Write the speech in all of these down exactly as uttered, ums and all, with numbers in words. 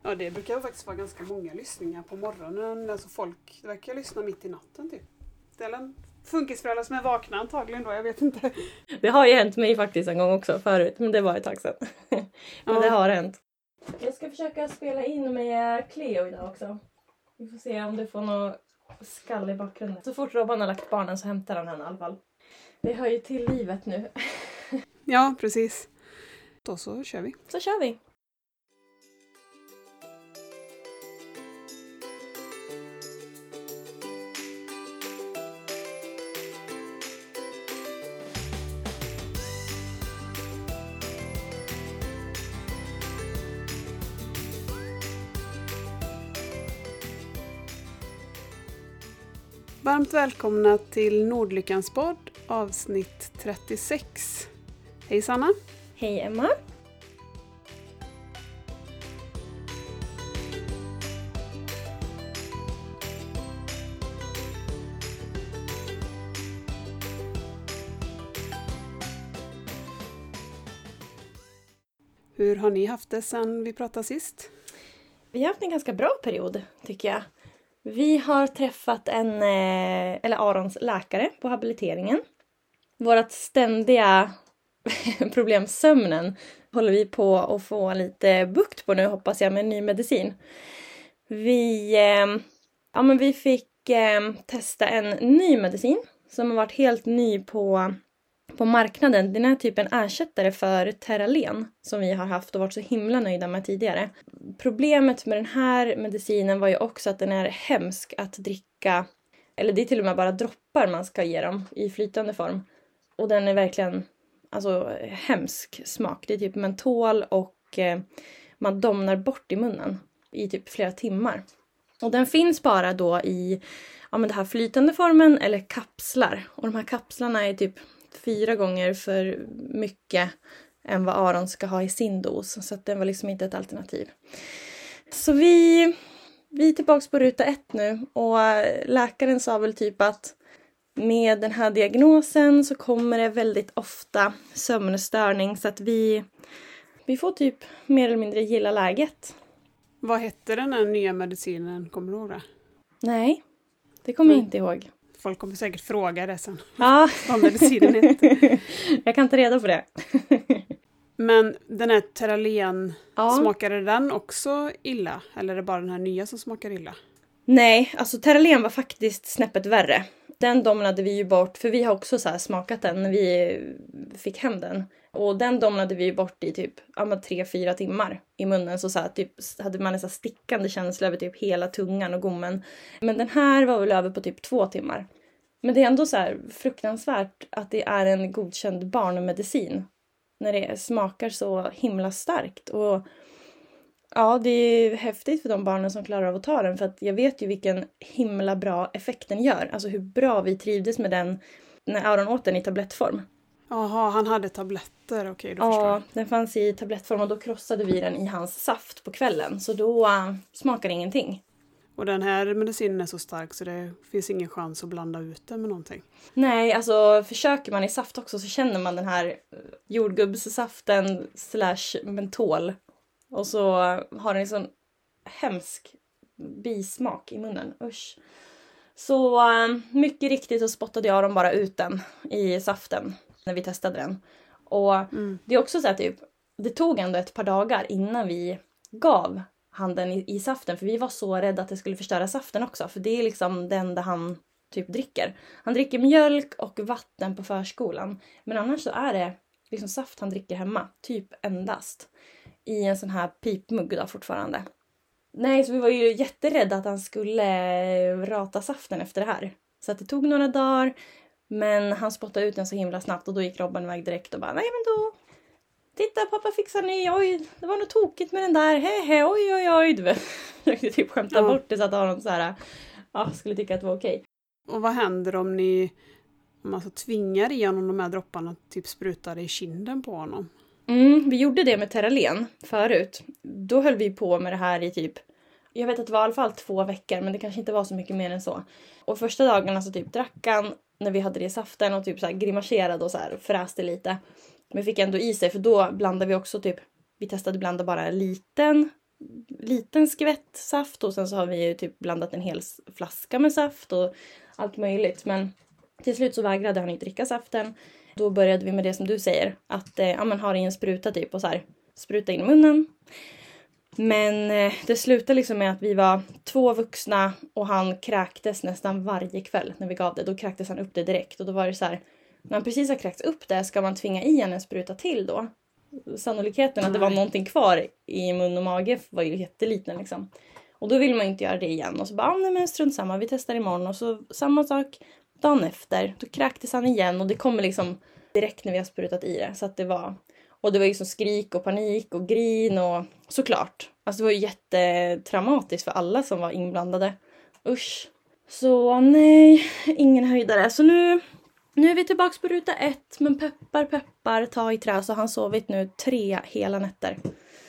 Ja, det brukar faktiskt vara ganska många lyssningar på morgonen. Alltså folk verkar lyssna mitt i natten typ. Det är en funkisföräldrar som är vakna antagligen då, jag vet inte. Det har ju hänt mig faktiskt en gång också förut, men det var ett tag sedan. Men ja. Det har hänt. Jag ska försöka spela in med Cleo idag också. Vi får se om du får något skall i bakgrunden. Så fort Robban har lagt barnen så hämtar han henne i alla fall. Det hör ju till livet nu. Ja, precis. Då så kör vi. Så kör vi. Varmt välkomna till Nordlyckans podd, avsnitt trettiosex. Hej Sanna. Hej Emma. Hur har ni haft det sedan vi pratade sist? Vi har haft en ganska bra period tycker jag. Vi har träffat en, eller Arons läkare på habiliteringen. Vårat ständiga problem sömnen håller vi på att få lite bukt på nu, hoppas jag, med ny medicin. Vi, ja, men vi fick testa en ny medicin som har varit helt ny på, på marknaden. Den är typ en ersättare för Terralen som vi har haft och varit så himla nöjda med tidigare. Problemet med den här medicinen var ju också att den är hemsk att dricka. Eller det är till och med bara droppar man ska ge dem i flytande form. Och den är verkligen alltså, hemsk smak. Det är typ mentol och eh, man domnar bort i munnen i typ flera timmar. Och den finns bara då i ja, men det här flytande formen eller kapslar. Och de här kapslarna är typ fyra gånger för mycket än vad Aron ska ha i sin dos. Så att den var liksom inte ett alternativ. Så vi, vi är tillbaka på ruta ett nu. Och läkaren sa väl typ att med den här diagnosen så kommer det väldigt ofta sömnstörning. Så att vi, vi får typ mer eller mindre gilla läget. Vad hette den här nya medicinen? Kommer du ihåg det? Nej, det kommer jag inte ihåg. Folk kommer säkert fråga det sen. Ja. Vad medicinen heter. Jag kan ta reda på det. Men den här Terralen, ja. Smakade den också illa? Eller är det bara den här nya som smakar illa? Nej, alltså Terralen var faktiskt snäppet värre. Den domnade vi ju bort, för vi har också så här smakat den när vi fick hem den. Och den domnade vi ju bort i typ ja, tre fyra timmar i munnen. Så, så här, typ, hade man en så här stickande känsla över typ hela tungan och gommen. Men den här var väl över på typ två timmar. Men det är ändå så här fruktansvärt att det är en godkänd barnmedicin. När det smakar så himla starkt. Och ja, det är häftigt för de barnen som klarar av att ta den. För att jag vet ju vilken himla bra effekt den gör. Alltså hur bra vi trivdes med den när Aron åt den i tablettform. Jaha, han hade tabletter, okej, då förstår jag. Ja, den fanns i tablettform och då krossade vi den i hans saft på kvällen. Så då uh, smakar ingenting. Och den här medicinen är så stark så det finns ingen chans att blanda ut den med någonting. Nej, alltså försöker man i saft också så känner man den här jordgubbssaften slash mentol. Och så har den en sån hemsk bismak i munnen. Usch. Så uh, mycket riktigt så spottade jag dem bara ut den i saften när vi testade den. Och mm. det är också så att typ, det tog ändå ett par dagar innan vi gav handen i, i saften. För vi var så rädda att det skulle förstöra saften också. För det är liksom den där han typ dricker. Han dricker mjölk och vatten på förskolan. Men annars så är det liksom saft han dricker hemma. Typ endast. I en sån här pipmugg då fortfarande. Nej, så vi var ju jätterädda att han skulle rata saften efter det här. Så att det tog några dagar. Men han spottade ut den så himla snabbt. Och då gick Robban iväg direkt och bara, nej men då... Titta, pappa fixar ny. Oj, det var något tokigt med den där. Hehe, oj, oj, oj. Du vet, jag försökte typ skämta ja. bort det så att Aron så här, ja, skulle tycka att det var okej. Och vad händer om ni om man så tvingar i honom de här dropparna typ sprutar i kinden på honom? Mm, vi gjorde det med Terralen förut. Då höll vi på med det här i typ, jag vet att det var i alla fall två veckor, men det kanske inte var så mycket mer än så. Och första dagarna så typ drack han när vi hade det i saften och typ så här grimaserade och så här fräste lite. Men fick ändå i sig, för då blandade vi också typ, vi testade blanda bara en liten liten skvätt saft och sen så har vi ju typ blandat en hel flaska med saft och allt möjligt. Men till slut så vägrade han ju dricka saften. Då började vi med det som du säger. Att eh, ja, man har i en spruta typ och så här spruta in i munnen. Men eh, det slutade liksom med att vi var två vuxna och han kräktes nästan varje kväll när vi gav det. Då kräktes han upp det direkt och då var det så här, när han precis har kräkts upp det ska man tvinga i en spruta till då. Sannolikheten att det var någonting kvar i mun och mage var ju jätteliten liksom. Och då vill man inte göra det igen. Och så bara, ah, nej men strunt samma, vi testar imorgon. Och så samma sak dagen efter. Då kräktes han igen och det kommer liksom direkt när vi har sprutat i det. Så att det var, och det var ju så skrik och panik och grin och såklart. Alltså det var ju jättetraumatiskt för alla som var inblandade. Usch. Så nej, ingen höjdare. Så nu... Nu är vi tillbaka på ruta ett, men peppar, peppar, ta i trä. Så har han sovit nu tre hela nätter.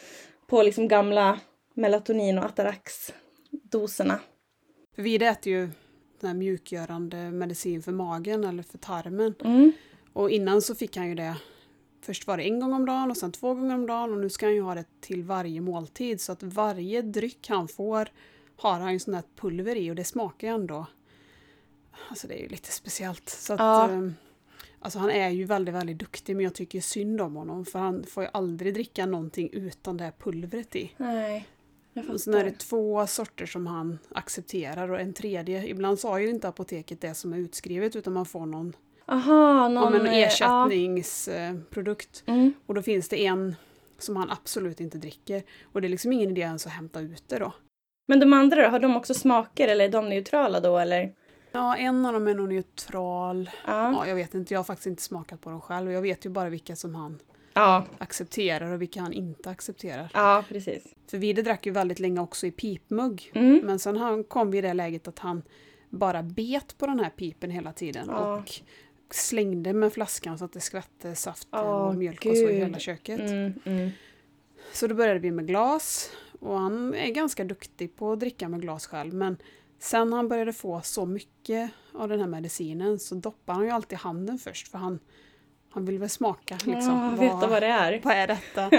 På liksom gamla melatonin och Atarax-doserna. Vi äter ju den här mjukgörande medicin för magen eller för tarmen. Mm. Och innan så fick han ju det, först var det en gång om dagen och sen två gånger om dagen. Och nu ska han ju ha det till varje måltid. Så att varje dryck han får har han ju sån här pulver i och det smakar ju ändå. Alltså det är ju lite speciellt. Så att, Ja. eh, alltså han är ju väldigt, väldigt duktig men jag tycker synd om honom. För han får ju aldrig dricka någonting utan det här pulvret i. Nej, jag fattar. Och sen är det två sorter som han accepterar och en tredje. Ibland sa ju inte apoteket det som är utskrivet utan man får någon, Aha, någon, om en eh, ersättningsprodukt. Ja. Mm. Och då finns det en som han absolut inte dricker. Och det är liksom ingen idé ens att hämta ut det då. Men de andra då, har de också smaker eller är de neutrala då eller? Ja, en av dem är nog neutral. Ja. Ja, jag vet inte, jag har faktiskt inte smakat på dem själv. Jag vet ju bara vilka som han Ja, accepterar och vilka han inte accepterar. ja precis. För Vide drack ju väldigt länge också i pipmugg. Mm. Men sen han kom vi i det läget att han bara bet på den här pipen hela tiden. Ja. Och slängde med flaskan så att det skvätte saft Åh, och mjölk och så i Gud. hela köket. Mm, mm. Så då började vi med glas. Och han är ganska duktig på att dricka med glas själv. Men sen han började få så mycket av den här medicinen så doppar han ju alltid handen först. För han, han vill väl smaka liksom. Ja, veta vad det är. Vad är detta?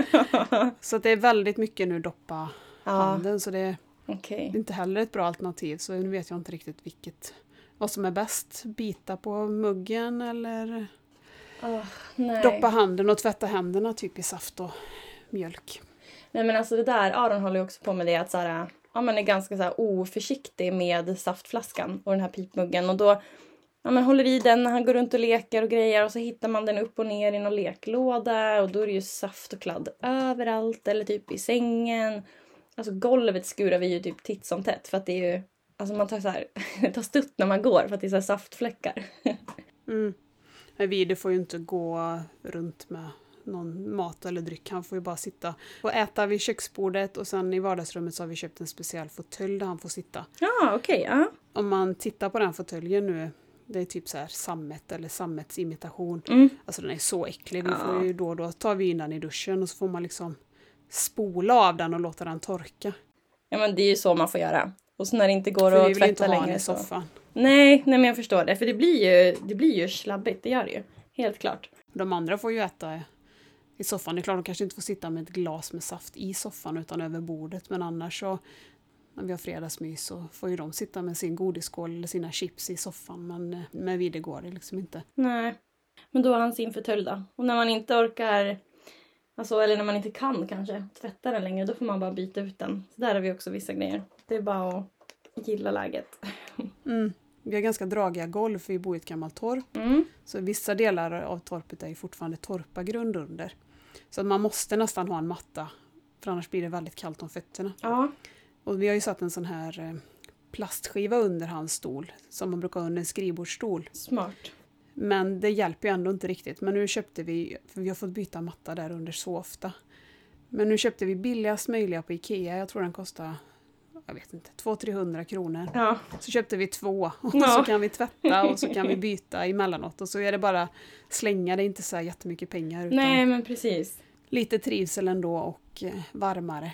Så att det är väldigt mycket nu doppa Ja. handen. Så det är Okej. inte heller ett bra alternativ. Så nu vet jag inte riktigt vilket, vad som är bäst. Bita på muggen eller Oh, nej. doppa handen och tvätta händerna typ i saft och mjölk. Nej men alltså det där, Aron håller ju också på med det att så här, ja, man är ganska så här oförsiktig med saftflaskan och den här pipmuggen och då ja, man håller i den när han går runt och leker och grejer och så hittar man den upp och ner i någon leklåda och då är det ju saft och kladd överallt eller typ i sängen. Alltså golvet skurar vi ju typ titt som tätt för att det är ju, alltså man tar så här, det tar stutt när man går för att det är så här saftfläckar. Mm. Men Vide får ju inte gå runt med någon mat eller dryck. Han får ju bara sitta och äta vid köksbordet och sen i vardagsrummet så har vi köpt en speciell fåtölj där han får sitta. Ja, okej, ja. Om man tittar på den fåtöljen nu, det är typ så här sammet eller sammetsimitation. Mm. Alltså den är så äcklig. Vi Ja. får ju då och då tar vi in den i duschen och så får man liksom spola av den och låta den torka. Ja men det är ju så man får göra. Och så när det inte går För vi att vill ju inte tvätta ha den längre i så. soffan. Nej, nej men jag förstår det. För det blir ju, det blir ju slabbigt, det gör det ju. Helt klart. De andra får ju äta i soffan. Det är klart de kanske inte får sitta med ett glas med saft i soffan utan över bordet. Men annars så, när vi har fredagsmys så får ju de sitta med sin godisskål eller sina chips i soffan. Men med Vide går det liksom inte. Nej. Men då är han sin fåtölj då. Och när man inte orkar, alltså, eller när man inte kan kanske tvätta den längre, då får man bara byta ut den. Så där har vi också vissa grejer. Det är bara att gilla läget. Mm. Vi har ganska dragiga golv för vi bor i ett gammalt torp. Mm. Så vissa delar av torpet är ju fortfarande torpagrund under. Så att man måste nästan ha en matta. För annars blir det väldigt kallt om fötterna. Ja. Och vi har ju satt en sån här eh, plastskiva under hans stol. Som man brukar ha under en skrivbordsstol. Smart. Men det hjälper ju ändå inte riktigt. Men nu köpte vi, för vi har fått byta matta där under så ofta. Men nu köpte vi billigast möjliga på Ikea. Jag tror den kostar, jag vet inte, två till trehundra kronor. Ja. Så köpte vi två och Ja. så kan vi tvätta och så kan vi byta emellanåt. Och så är det bara slänga, det är inte så här jättemycket pengar. Utan Nej men precis. lite trivsel ändå och eh, varmare.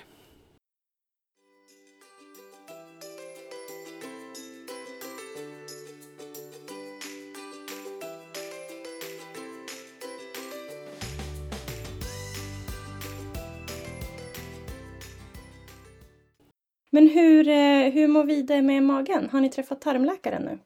Men hur, eh, hur mår Vide med magen? Har ni träffat tarmläkaren nu?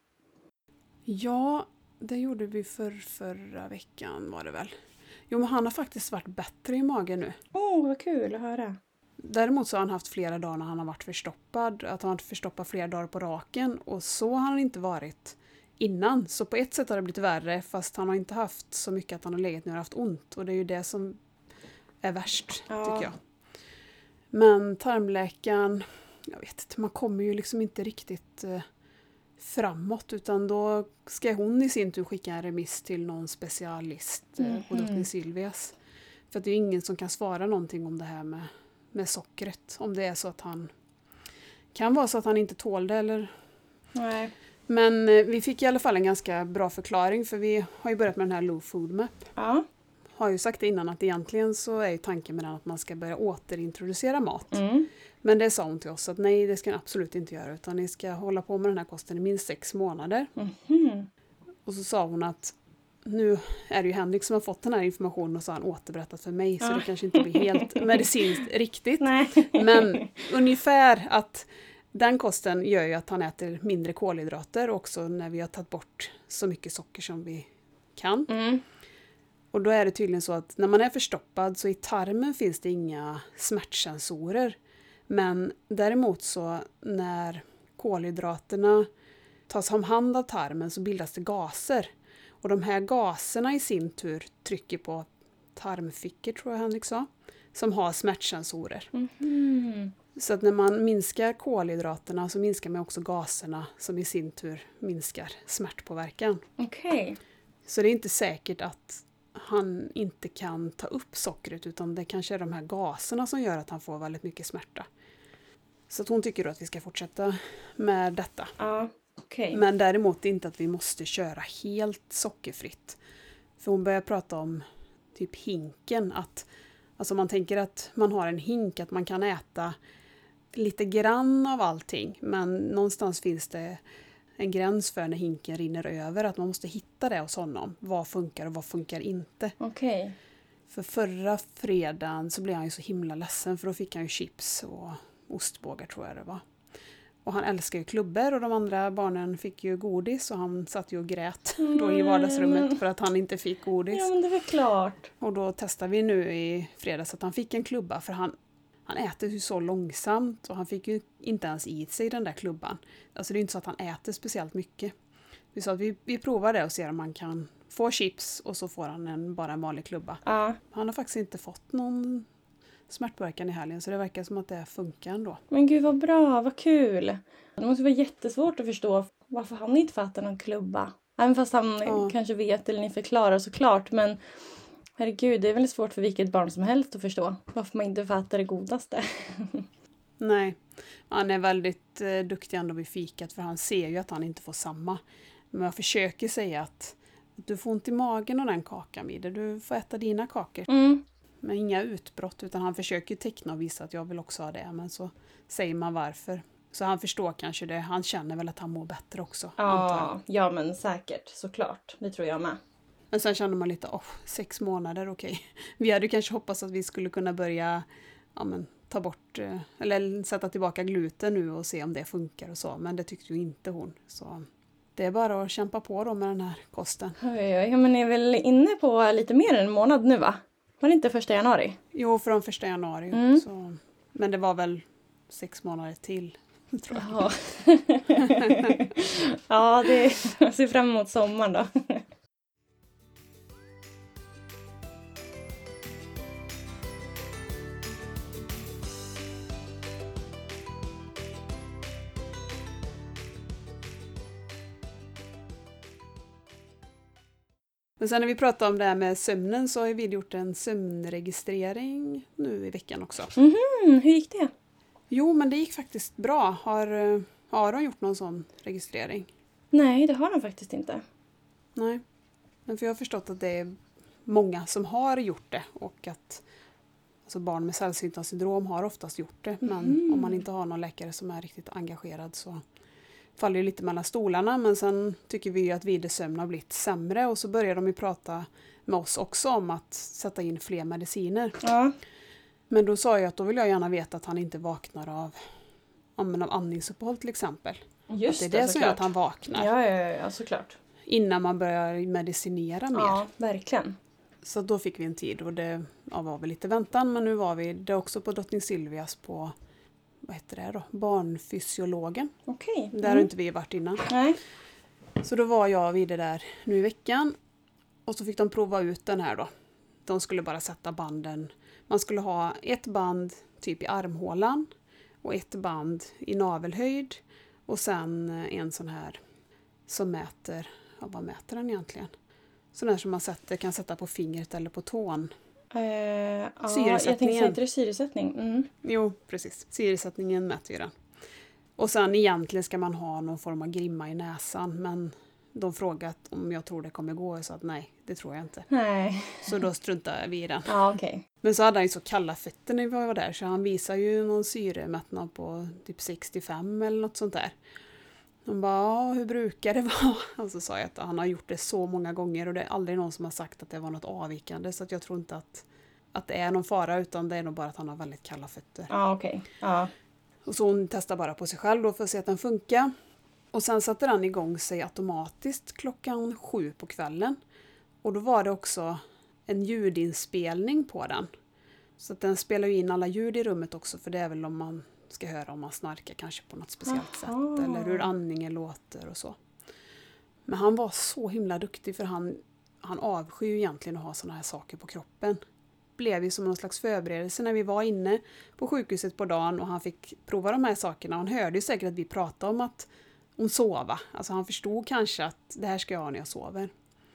Ja, det gjorde vi för förra veckan var det väl. Jo, men han har faktiskt varit bättre i magen nu. Åh, oh, vad kul att höra. Däremot så har han haft flera dagar när han har varit förstoppad. Att han har varit förstoppad flera dagar på raken. Och så har han inte varit innan. Så på ett sätt har det blivit värre. Fast han har inte haft så mycket att han har legat nu och haft ont. Och det är ju det som är värst, Ja. tycker jag. Men tarmläkaren, jag vet inte, man kommer ju liksom inte riktigt eh, framåt. Utan då ska hon i sin tur skicka en remiss till någon specialist eh, Mhm. på dottern Silvias. För att det är ju ingen som kan svara någonting om det här med, med sockret. Om det är så att han kan vara så att han inte tål det eller... Nej. Men eh, vi fick i alla fall en ganska bra förklaring. För vi har ju börjat med den här Low Food Map. Ja. Har ju sagt innan att egentligen så är ju tanken med den att man ska börja återintroducera mat. Mm. Men det sa hon till oss att nej, det ska ni absolut inte göra. Utan ni ska hålla på med den här kosten i minst sex månader. Mhm. Och så sa hon att nu är det ju Henrik som har fått den här informationen och så har han återberättat för mig. Så Ja. det kanske inte blir helt medicinskt riktigt. Nej. Men ungefär att den kosten gör ju att han äter mindre kolhydrater också när vi har tagit bort så mycket socker som vi kan. Mm. Och då är det tydligen så att när man är förstoppad så i tarmen finns det inga smärtsensorer. Men däremot så när kolhydraterna tas om hand av tarmen så bildas det gaser. Och de här gaserna i sin tur trycker på tarmfickor, tror jag Henrik sa, som har smärtsensorer. Mhm. Så att när man minskar kolhydraterna så minskar man också gaserna som i sin tur minskar smärtpåverkan. Okej. Så det är inte säkert att han inte kan ta upp sockret utan det kanske är de här gaserna som gör att han får väldigt mycket smärta. Så att hon tycker då att vi ska fortsätta med detta. Ja, okej. Men däremot inte att vi måste köra helt sockerfritt. För hon börjar prata om typ hinken. Att, alltså man tänker att man har en hink, att man kan äta lite grann av allting. Men någonstans finns det en gräns för när hinken rinner över. Att man måste hitta det hos honom. Vad funkar och vad funkar inte. Okej. För förra fredagen så blev han ju så himla ledsen. För då fick han ju chips och ostbågar tror jag det var. Och han älskar ju klubbor och de andra barnen fick ju godis. Och han satt ju och grät då i vardagsrummet för att han inte fick godis. Ja, men det är väl klart. Och då testade vi nu i fredags att han fick en klubba. För han, han äter ju så långsamt och han fick ju inte ens i sig den där klubban. Alltså det är inte så att han äter speciellt mycket. Vi sa att vi, vi provar det och ser om han kan få chips och så får han en, bara en vanlig klubba. Ja. Han har faktiskt inte fått någon smärtpåverkan i helgen så det verkar som att det funkar ändå. Men gud vad bra, vad kul. Det måste vara jättesvårt att förstå varför han inte fattar någon klubba. Även fast han Ja. kanske vet eller ni förklarar såklart. Men herregud, det är väl svårt för vilket barn som helst att förstå. Varför man inte fattar det godaste. Nej, han är väldigt eh, duktig ändå vid fikat för han ser ju att han inte får samma. Men jag försöker säga att du får ont i magen av den kakan Vide. Du får äta dina kakor. Mm. Men inga utbrott utan han försöker teckna och visa att jag vill också ha det. Men så säger man varför. Så han förstår kanske det. Han känner väl att han mår bättre också. antar jag. Ja, ja, men säkert. Såklart. Det tror jag med. Men sen känner man lite, åh, sex månader, okej. Vi hade kanske hoppats att vi skulle kunna börja ja, men, ta bort, eh, eller sätta tillbaka gluten nu och se om det funkar och så. Men det tyckte ju inte hon. Så det är bara att kämpa på då med den här kosten. Oj, oj, ja, men ni är väl inne på lite mer än en månad nu va? Var det inte första januari? Jo, från första januari. Mm. Så, men det var väl sex månader till, tror jag. Ja, ja det jag ser fram emot sommaren då. Men sen när vi pratade om det här med sömnen så har vi gjort en sömnregistrering nu i veckan också. Mm, hur gick det? Jo, men det gick faktiskt bra. Har eh, Aron gjort någon sån registrering? Nej, det har han faktiskt inte. Nej. Men för jag har förstått att det är många som har gjort det och att alltså barn med sällsynta syndrom har oftast gjort det. Men Mm. om man inte har någon läkare som är riktigt engagerad så faller det lite mellan stolarna. Men sen tycker vi ju att videsömn har blivit sämre och så börjar de ju prata med oss också om att sätta in fler mediciner. Ja. Men då sa jag att då vill jag gärna veta att han inte vaknar av av andningsuppehåll till exempel. Just att det är det, det som gör att han vaknar. Ja, ja, ja, såklart. Innan man börjar medicinera mer. Ja, verkligen. Så då fick vi en tid och det ja, var väl lite väntan. Men nu var vi det också på Drottning Silvias på, vad heter det då? Barnfysiologen. Okej. Okay. Mm. Där har inte vi varit innan. Nej. Så då var jag vid det där nu i veckan. Och så fick de prova ut den här då. De skulle bara sätta banden. Man skulle ha ett band typ i armhålan. Och ett band i navelhöjd. Och sen en sån här som mäter, ja vad mäter den egentligen? Sån här som man sätter, kan sätta på fingret eller på tån. Uh, ja, syresättningen. Jag tänkte säga, det är syresättning. Mm. Jo, precis. Syresättningen mäter ju den. Och sen egentligen ska man ha någon form av grimma i näsan. Men de frågat om jag tror det kommer gå och sa att nej, det tror jag inte. Nej. Så då struntade vi i den. Ja, okej. Okay. Men så hade han ju så kalla fötter när vi var där. Så han visar ju någon syremättnad på typ sextiofem eller något sånt där. De bara, ja, hur brukar det vara? Och så sa jag att han har gjort det så många gånger. Och det är aldrig någon som har sagt att det var något avvikande. Så att jag tror inte att, att det är någon fara. Utan det är nog bara att han har väldigt kalla fötter. Ja, okej. Okay. Ja. Och så hon testar bara på sig själv då för att se att den funkar. Och sen satte den igång sig automatiskt klockan sju på kvällen. Och då var det också en ljudinspelning på den. Så att den spelar ju in alla ljud i rummet också. För det är väl om man ska höra om man snarkar kanske på något speciellt Aha. sätt. Eller hur andningen låter och så. Men han var så himla duktig för han, han avskyr ju egentligen att ha såna här saker på kroppen. Blev ju som någon slags förberedelse när vi var inne på sjukhuset på dagen och han fick prova de här sakerna. Han hörde ju säkert att vi pratade om att om sova. Alltså han förstod kanske att det här ska jag ha när jag sover.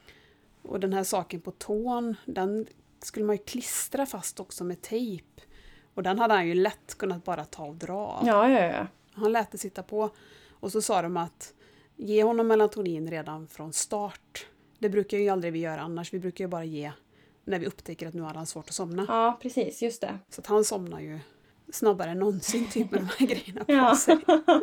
Och den här saken på tån, den skulle man ju klistra fast också med tejp. Och den hade han ju lätt kunnat bara ta och dra av. Ja, ja, ja. Han lät det sitta på. Och så sa de att ge honom melatonin redan från start. Det brukar ju aldrig vi göra annars. Vi brukar ju bara ge när vi upptäcker att nu har han svårt att somna. Ja, precis. Just det. Så att han somnar ju snabbare än någonsin typ med de här grejerna på ja. sig.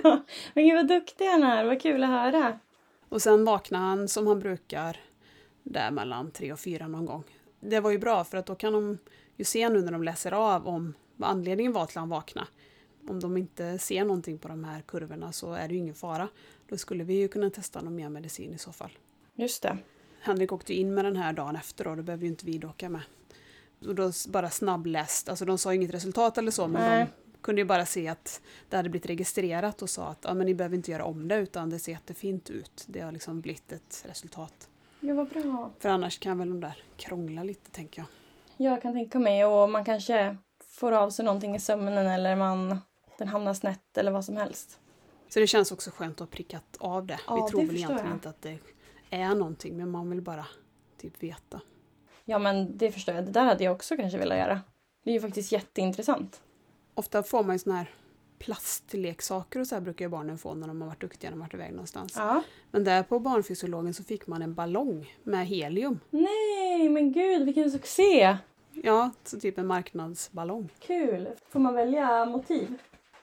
Men gud vad duktig han är. Vad kul att höra. Och sen vaknar han som han brukar där mellan tre och fyra någon gång. Det var ju bra för att då kan de ju se nu när de läser av om vad anledningen var till att han vaknade. Om de inte ser någonting på de här kurvorna så är det ju ingen fara. Då skulle vi ju kunna testa någon mer medicin i så fall. Just det. Henrik åkte in med den här dagen efter och då behöver ju inte vi åka med. Och då bara snabbläst, alltså de sa inget resultat eller så, men Nej. de kunde ju bara se att det hade blivit registrerat och sa att ja, men ni behöver inte göra om det utan det ser jättefint ut. Det har liksom blivit ett resultat. Det var bra. För annars kan väl de där krångla lite, tänker jag. Jag kan tänka mig, och man kanske får av sig någonting i sömnen eller man, den hamnar snett eller vad som helst. Så det känns också skönt att ha prickat av det. Ja, Vi tror det väl egentligen jag. inte att det är någonting, men man vill bara typ veta. Ja, men det förstår jag. Det där hade jag också kanske velat göra. Det är ju faktiskt jätteintressant. Ofta får man ju såna här plastleksaker och så här brukar ju barnen få när de har varit duktiga när de har varit iväg någonstans. Ja. Men där på barnfysiologen så fick man en ballong med helium. Nej, men gud, vilken succé! Ja, så typ en marknadsballong. Kul. Får man välja motiv?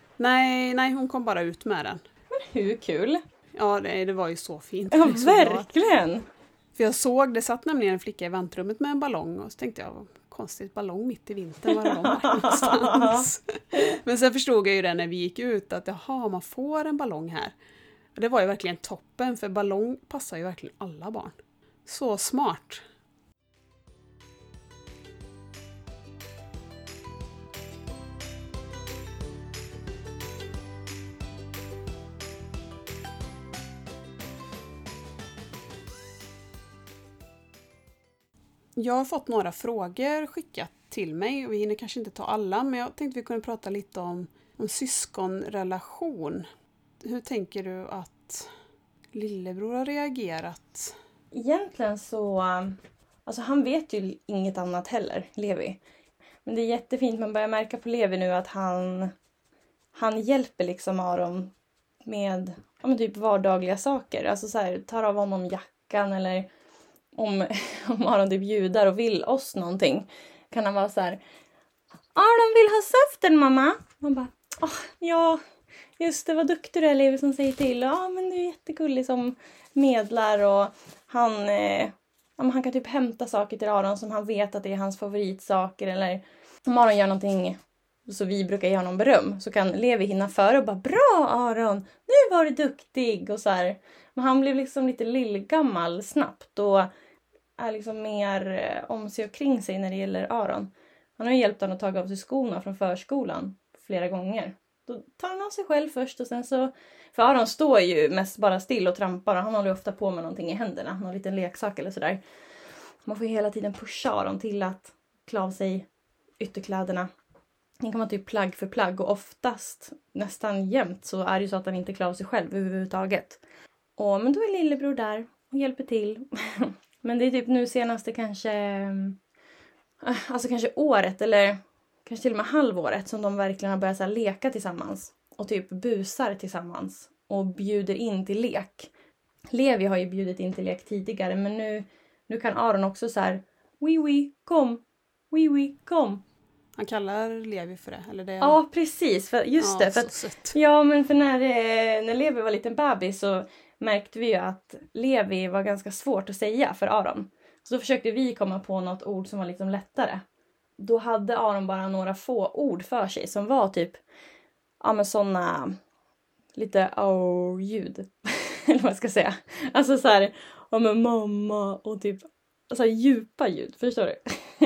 Nej, nej, hon kom bara ut med den. Men hur kul? Ja, det, det var ju så fint. Ja, det så verkligen! bra. För jag såg, det satt nämligen en flicka i väntrummet med en ballong och så tänkte jag, konstigt ballong mitt i vintern, var har de varit någonstans? Men sen förstod jag ju det när vi gick ut att jaha, man får en ballong här. Och det var ju verkligen toppen, för ballong passar ju verkligen alla barn. Så smart! Jag har fått några frågor skickat till mig och vi hinner kanske inte ta alla, men jag tänkte vi kunde prata lite om, om syskonrelation. Hur tänker du att lillebror har reagerat? Egentligen så, alltså han vet ju inget annat heller, Levi. Men det är jättefint, man börjar märka på Levi nu att han, han hjälper liksom Aron med ja, men typ vardagliga saker. Alltså så här, tar av honom jackan eller om, om Aron typ bjudar och vill oss någonting. Kan han vara så här: Aron vill ha söften, mamma. Man bara, oh, ja, just det, vad duktig du är, Levi, som säger till. Ja, men du är jättegullig som medlar och han, eh, han kan typ hämta saker till Aron som han vet att det är hans favoritsaker. Eller om Aron gör någonting så vi brukar ge honom beröm, så kan Levi hinna före och bara bra Aron, nu var du duktig och så här. Men han blev liksom lite lillgammal snabbt och är liksom mer om sig och kring sig när det gäller Aron. Han har ju hjälpt honom att ta av sig skorna från förskolan flera gånger. Då tar han av sig själv först och sen så... För Aron står ju mest bara still och trampar och han håller ofta på med någonting i händerna. Någon liten leksak eller sådär. Man får ju hela tiden pusha Aron till att klä av sig ytterkläderna. Det kan man typ plagg för plagg och oftast, nästan jämt, så är det ju så att han inte klär av sig själv överhuvudtaget. Och, men då är lillebror där och hjälper till. Men det är typ nu senaste kanske... Alltså kanske året eller kanske till och med halvåret som de verkligen har börjat så här leka tillsammans. Och typ busar tillsammans. Och bjuder in till lek. Levi har ju bjudit in till lek tidigare. Men nu, nu kan Aron också så här. Oui, oui, kom. Oui, oui, kom. Han kallar Levi för det, eller det? Ja, precis. För, just ja, det. För att, sött. ja, men för när, när Levi var liten bebis så märkte vi ju att Levi var ganska svårt att säga för Aron. Så då försökte vi komma på något ord som var liksom lättare. Då hade Aron bara några få ord för sig som var typ ja men såna lite au-ljud. Eller vad jag ska säga. Alltså så här, ja men mamma och typ alltså djupa ljud, förstår du?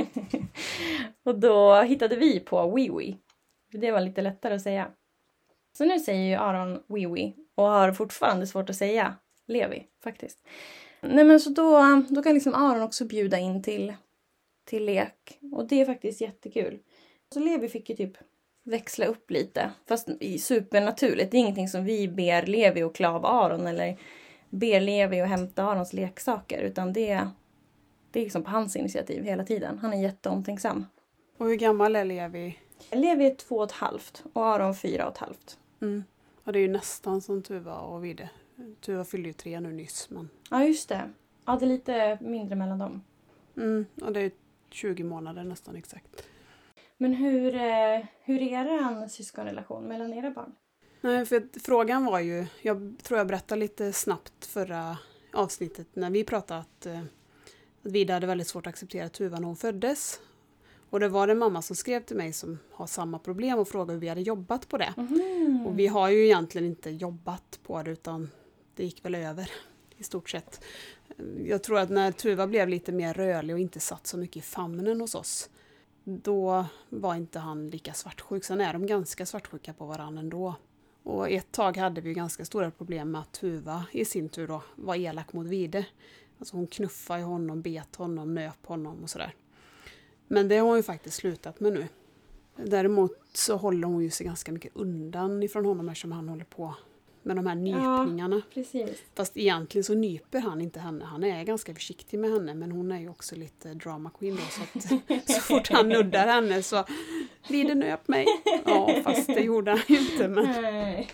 Och då hittade vi på oui oui. Det var lite lättare att säga. Så nu säger ju Aron oui oui och har fortfarande svårt att säga Levi faktiskt. Nej men så då, då kan liksom Aron också bjuda in till, till lek. Och det är faktiskt jättekul. Så Levi fick ju typ växla upp lite. Fast supernaturligt. Det är ingenting som vi ber Levi och klä av Aron. Eller ber Levi och hämta Arons leksaker. Utan det, det är liksom på hans initiativ hela tiden. Han är jätteomtänksam. Och hur gammal är Levi? Levi är två och ett halvt. Och Aron fyra och ett halvt. Mm. Och det är ju nästan som Tuva och Vide. Tuva fyllde ju tre nu nyss. Men... Ja, just det. Ja, det är lite mindre mellan dem. Mm, och det är tjugo månader nästan exakt. Men hur, hur är er syskonrelation mellan era barn? Nej, för frågan var ju... Jag tror jag berättade lite snabbt förra avsnittet när vi pratade att, att Vida hade väldigt svårt att acceptera Tuva när hon föddes. Och det var en mamma som skrev till mig som har samma problem och frågade hur vi hade jobbat på det. Mm. Och vi har ju egentligen inte jobbat på det utan det gick väl över i stort sett. Jag tror att när Tuva blev lite mer rörlig och inte satt så mycket i famnen hos oss, då var inte han lika svartsjuk. Sen är de ganska svartsjuka på varandra ändå. Och ett tag hade vi ganska stora problem med att Tuva i sin tur då var elak mot Vide. Alltså hon knuffade i honom, bet honom, nöp honom och sådär. Men det har hon ju faktiskt slutat med nu. Däremot så håller hon ju sig ganska mycket undan ifrån honom eftersom han håller på med de här nypningarna. Ja, precis. Fast egentligen så nyper han inte henne. Han är ganska försiktig med henne. Men hon är ju också lite drama queen då. Så, att, så fort han nuddar henne så blir det nöp mig. Ja, fast det gjorde han ju inte. Men... Nej.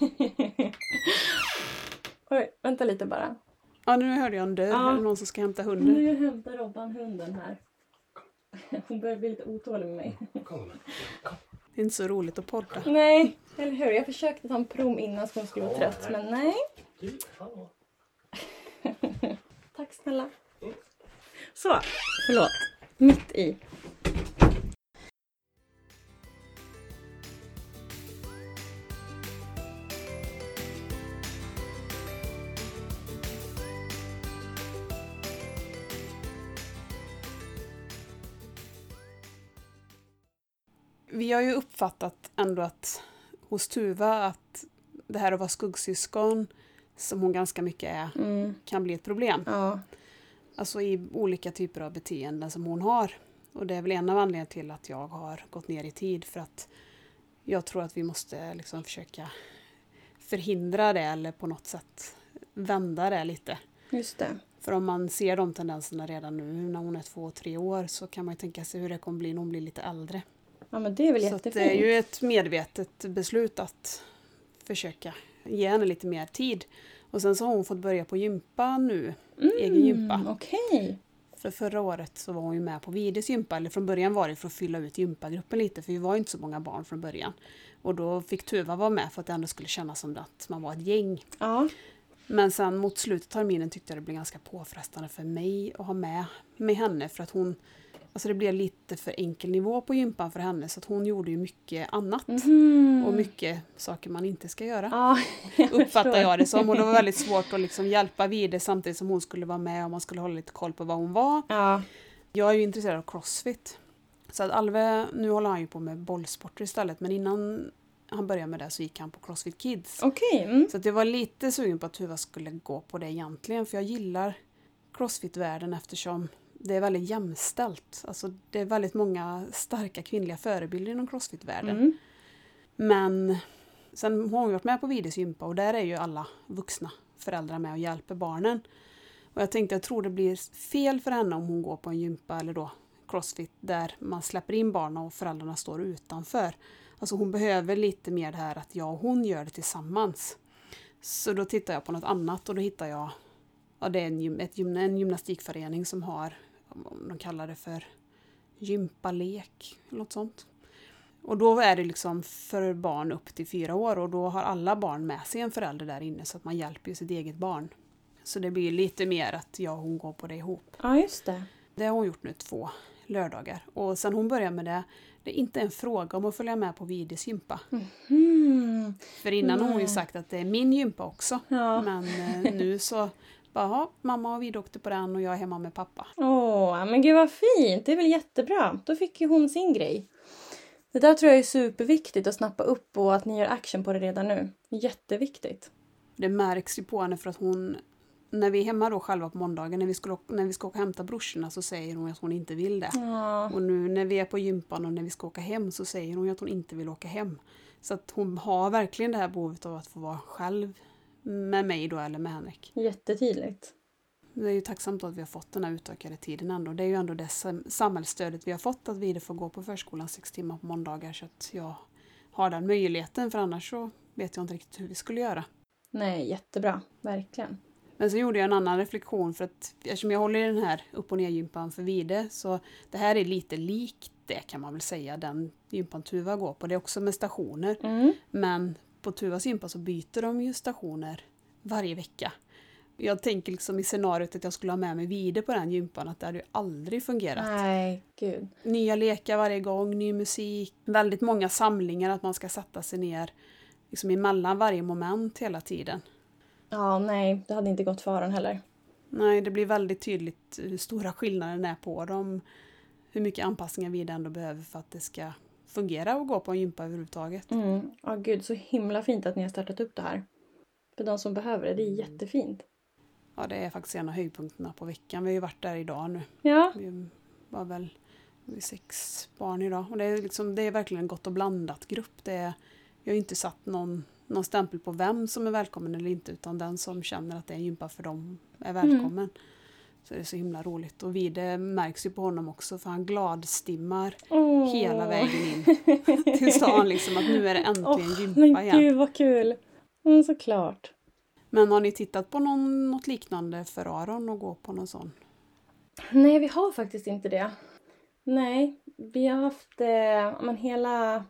Oj, vänta lite bara. Ja, nu hörde jag en dörr. Ja. Är det någon som ska hämta hunden? Nu hämtar Robban hunden här. Hon börjar bli lite otålig med mig. Det är inte så roligt att podda. Nej, eller hur? Jag försökte ta en prom innan så hon skulle vara trött, men nej. Tack snälla. Så, förlåt. Mitt i. Vi har ju uppfattat ändå att hos Tuva att det här att vara skuggsyskon, som hon ganska mycket är, mm. kan bli ett problem. Ja. Alltså i olika typer av beteenden som hon har. Och det är väl en av anledningarna till att jag har gått ner i tid. För att jag tror att vi måste liksom försöka förhindra det eller på något sätt vända det lite. Just det. För om man ser de tendenserna redan nu när hon är två, tre år så kan man ju tänka sig hur det kommer bli när hon blir lite äldre. Ja, men det är väl så jättefint. Det är ju ett medvetet beslut att försöka ge henne lite mer tid. Och sen så har hon fått börja på gympa nu. Mm, egen gympa. Okej. Okay. För förra året så var hon ju med på Vides gympa. Eller från början var det för att fylla ut gympagruppen lite. För vi var inte så många barn från början. Och då fick Tuva vara med för att det ändå skulle kännas som att man var ett gäng. Ja. Men sen mot slutet av terminen tyckte jag det blev ganska påfrestande för mig att ha med, med henne. För att hon... Alltså det blev lite lite för enkel nivå på gympan för henne så att hon gjorde ju mycket annat. Mhm. Och mycket saker man inte ska göra. Ja, jag Uppfattar förstår. jag det som. Och det var väldigt svårt att liksom hjälpa vidare samtidigt som hon skulle vara med och man skulle hålla lite koll på vad hon var. Ja. Jag är ju intresserad av crossfit. Så att Alve, nu håller han ju på med bollsporter istället. Men innan han började med det så gick han på CrossFit Kids. Okej. Mm. Så att jag var lite sugen på att Tuva skulle gå på det egentligen. För jag gillar crossfit-världen eftersom det är väldigt jämställt. Alltså det är väldigt många starka kvinnliga förebilder inom crossfit-världen. Mm. Men sen har hon varit med på Vides gympa och där är ju alla vuxna föräldrar med och hjälper barnen. Och jag tänkte, jag tror det blir fel för henne om hon går på en gympa eller då crossfit där man släpper in barnen och föräldrarna står utanför. Alltså hon behöver lite mer det här att jag och hon gör det tillsammans. Så då tittar jag på något annat och då hittar jag, ja det är en, gym, ett gym, en gymnastikförening som har, de kallar det för gympalek eller något sånt. Och då är det liksom för barn upp till fyra år och då har alla barn med sig en förälder där inne så att man hjälper ju sitt eget barn. Så det blir lite mer att jag och hon går på det ihop. Ja, just det. Det har hon gjort nu två lördagar. Och sen hon började med det, det är inte en fråga om att följa med på Vides gympa. Mm. För innan har hon ju Nej. sagt att det är min gympa också. Ja. Men eh, nu så, bara, ja, mamma och Vide åkte på den och jag är hemma med pappa. Åh, men gud vad fint. Det är väl jättebra. Då fick ju hon sin grej. Det där tror jag är superviktigt att snappa upp och att ni gör action på det redan nu. Jätteviktigt. Det märks ju på henne för att hon, när vi är hemma då själva på måndagen, när vi, skulle, när vi ska åka och hämta brorsorna så säger hon att hon inte vill det. Ja. Och nu när vi är på gympan och när vi ska åka hem så säger hon att hon inte vill åka hem. Så att hon har verkligen det här behovet av att få vara själv med mig då eller med Henrik. Jättetydligt. Det är ju tacksamt att vi har fått den här utökade tiden ändå. Det är ju ändå det sam- samhällsstödet vi har fått att vi får gå på förskolan sex timmar på måndagar så att jag har den möjligheten för annars så vet jag inte riktigt hur vi skulle göra. Nej, jättebra. Verkligen. Men så gjorde jag en annan reflektion för att eftersom jag håller i den här upp- och ner-gympan för Vide så det här är lite likt det kan man väl säga den gympan Tuva går på. Det är också med stationer Mm. men på Tuvas gympa så byter de ju stationer varje vecka. Jag tänker liksom i scenariot att jag skulle ha med mig Vide på den gympan att det hade ju aldrig fungerat. Nej, gud. Nya lekar varje gång, ny musik, väldigt många samlingar att man ska sätta sig ner liksom emellan varje moment hela tiden. Ja, nej. Det hade inte gått för den heller. Nej, det blir väldigt tydligt hur stora skillnaden är på dem. Hur mycket anpassningar vi ändå behöver för att det ska fungera och gå på en gympa överhuvudtaget. Mm. Ja, gud. Så himla fint att ni har startat upp det här. För de som behöver det. Det är jättefint. Ja, det är faktiskt en av höjdpunkterna på veckan. Vi har ju varit där idag nu. Ja. Vi var väl vi är sex barn idag. Och det är, liksom, det är verkligen en gott och blandat grupp. Det är, jag har inte satt någon, någon stämpel på vem som är välkommen eller inte. Utan den som känner att det är en gympa för dem är välkommen. Mm. Så det är så himla roligt. Och vi, det märks ju på honom också. För han gladstimmar Oh. hela vägen in till stan. Liksom, att nu är det äntligen Oh, gympa men igen. gud vad kul. Mm, såklart. Men har ni tittat på någon, något liknande för Aron och gå på någon sån? Nej, vi har faktiskt inte det. Nej, vi har haft eh, men hela,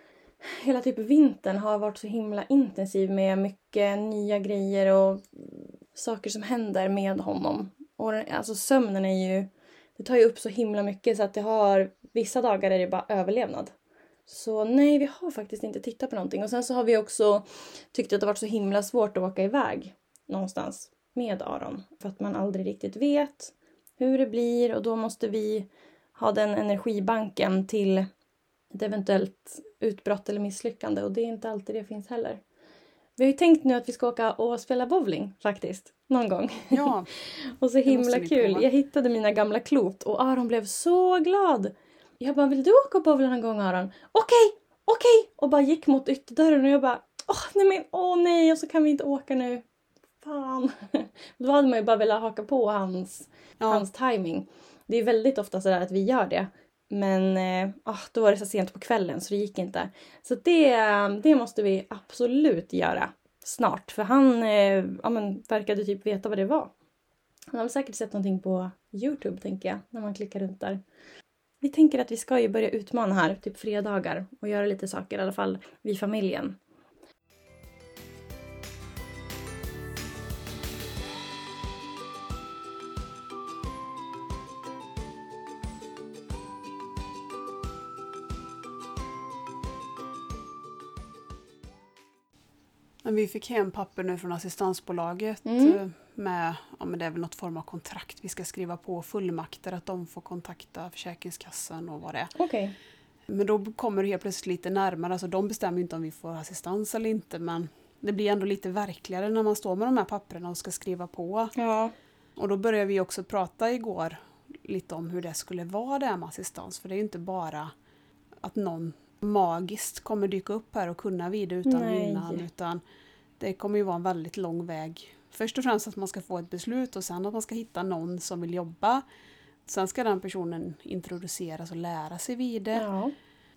hela typ vintern har varit så himla intensiv med mycket nya grejer och saker som händer med honom. Och alltså sömnen är ju, det tar ju upp så himla mycket så att det har, vissa dagar är det bara överlevnad. Så nej, vi har faktiskt inte tittat på någonting. Och sen så har vi också tyckt att det har varit så himla svårt att åka iväg någonstans med Aron. För att man aldrig riktigt vet hur det blir. Och då måste vi ha den energibanken till ett eventuellt utbrott eller misslyckande. Och det är inte alltid det finns heller. Vi har ju tänkt nu att vi ska åka och spela bowling faktiskt. Någon gång. Ja. Och så himla kul. Prova. Jag hittade mina gamla klot och Aron blev så glad. Jag bara, vill du åka och bowla någon gång, Aron? Okej, okay, okej. Okay. Och bara gick mot ytterdörren och jag bara, åh nej men, åh nej. Och så kan vi inte åka nu. Fan. Då hade man ju bara velat haka på hans, ja. hans timing. Det är väldigt ofta sådär att vi gör det. Men eh, oh, då var det så sent på kvällen så det gick inte. Så det, det måste vi absolut göra snart. För han eh, ja, men, verkade typ veta vad det var. Han har säkert sett någonting på YouTube tänker jag. När man klickar runt där. Vi tänker att vi ska ju börja utmana här, typ fredagar. Och göra lite saker i alla fall, vi familjen. Men vi fick hem papper nu från assistansbolaget Mm. med, ja men det är väl något form av kontrakt vi ska skriva på, fullmakter att de får kontakta Försäkringskassan och vad det är. Okej. Men då kommer det helt plötsligt lite närmare, alltså de bestämmer inte om vi får assistans eller inte, men det blir ändå lite verkligare när man står med de här papperna och ska skriva på. Ja. Och då började vi också prata igår lite om hur det skulle vara det här med assistans, för det är ju inte bara att någon magiskt kommer dyka upp här och kunna vid utan Nej. innan, utan det kommer ju vara en väldigt lång väg. Först och främst att man ska få ett beslut och sen att man ska hitta någon som vill jobba. Sen ska den personen introduceras och lära sig vid det. Ja.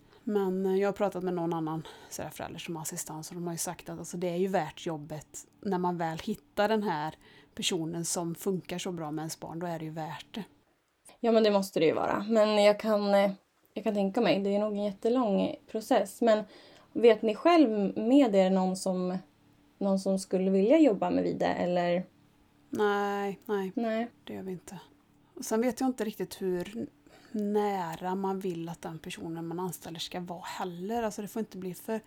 Men jag har pratat med någon annan så här, förälder som har assistans och de har ju sagt att alltså, det är ju värt jobbet när man väl hittar den här personen som funkar så bra med ens barn, då är det ju värt det. Ja, men det måste det ju vara. Men jag kan, eh, jag kan tänka mig, det är nog en jättelång process. Men vet ni själv med er någon som, någon som skulle vilja jobba med Vide? Eller? Nej, nej, Nej. det gör vi inte. Och sen vet jag inte riktigt hur nära man vill att den personen man anställer ska vara heller. Alltså det får inte bli för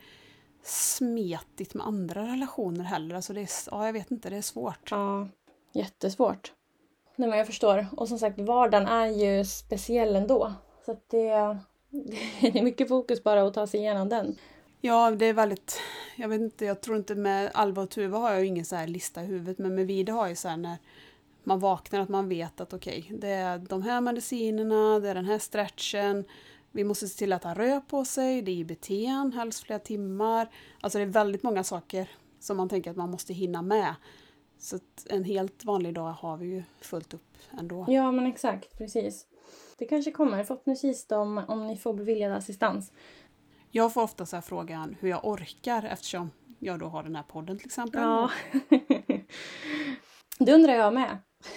smetigt med andra relationer heller. Alltså det är, ja, jag vet inte, det är svårt. Ja, jättesvårt. Nej, men jag förstår. Och som sagt, vardagen är ju speciell ändå. Så att det, det är mycket fokus bara att ta sig igenom den. Ja, det är väldigt, jag vet inte, jag tror inte med Alva och Tuva har jag ju ingen så här lista i huvudet, men med Vide har jag ju så här när man vaknar att man vet att okej, okay, det är de här medicinerna, det är den här stretchen, vi måste se till att han rör på sig, det är I B T, helst flera timmar. Alltså det är väldigt många saker som man tänker att man måste hinna med. Så att en helt vanlig dag har vi ju fullt upp ändå. Ja, men exakt, precis. Det kanske kommer förhoppningsvis då, om, om ni får beviljad assistans. Jag får ofta så här frågan hur jag orkar eftersom jag då har den här podden till exempel. Ja, det undrar jag med.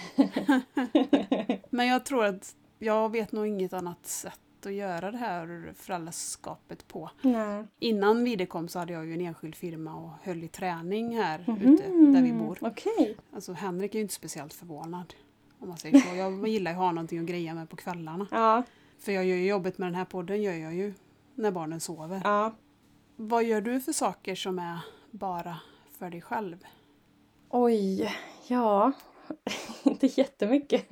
Men jag tror att jag vet nog inget annat sätt att göra det här föräldraskapet på. Nej. Innan Vide kom så hade jag ju en enskild firma och höll i träning här Mm-hmm. ute där vi bor. Okej. Alltså Henrik är ju inte speciellt förvånad om man säger så. Jag gillar ju att ha någonting att greja med på kvällarna. Ja. För jag gör ju jobbet med den här podden gör jag ju när barnen sover. Ja. Vad gör du för saker som är bara för dig själv? Oj, ja. Inte jättemycket.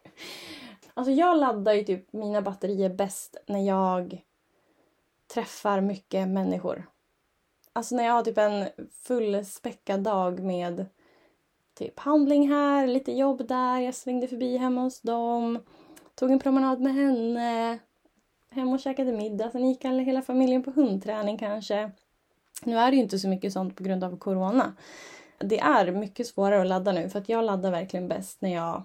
Alltså jag laddar ju typ mina batterier bäst när jag träffar mycket människor. Alltså när jag har typ en fullspäckad dag med typ handling här, lite jobb där. Jag svängde förbi hemma hos dem. Tog en promenad med henne. Hem och käkade middag. Sen gick alla, hela familjen på hundträning kanske. Nu är det ju inte så mycket sånt på grund av corona. Det är mycket svårare att ladda nu. För att jag laddar verkligen bäst när jag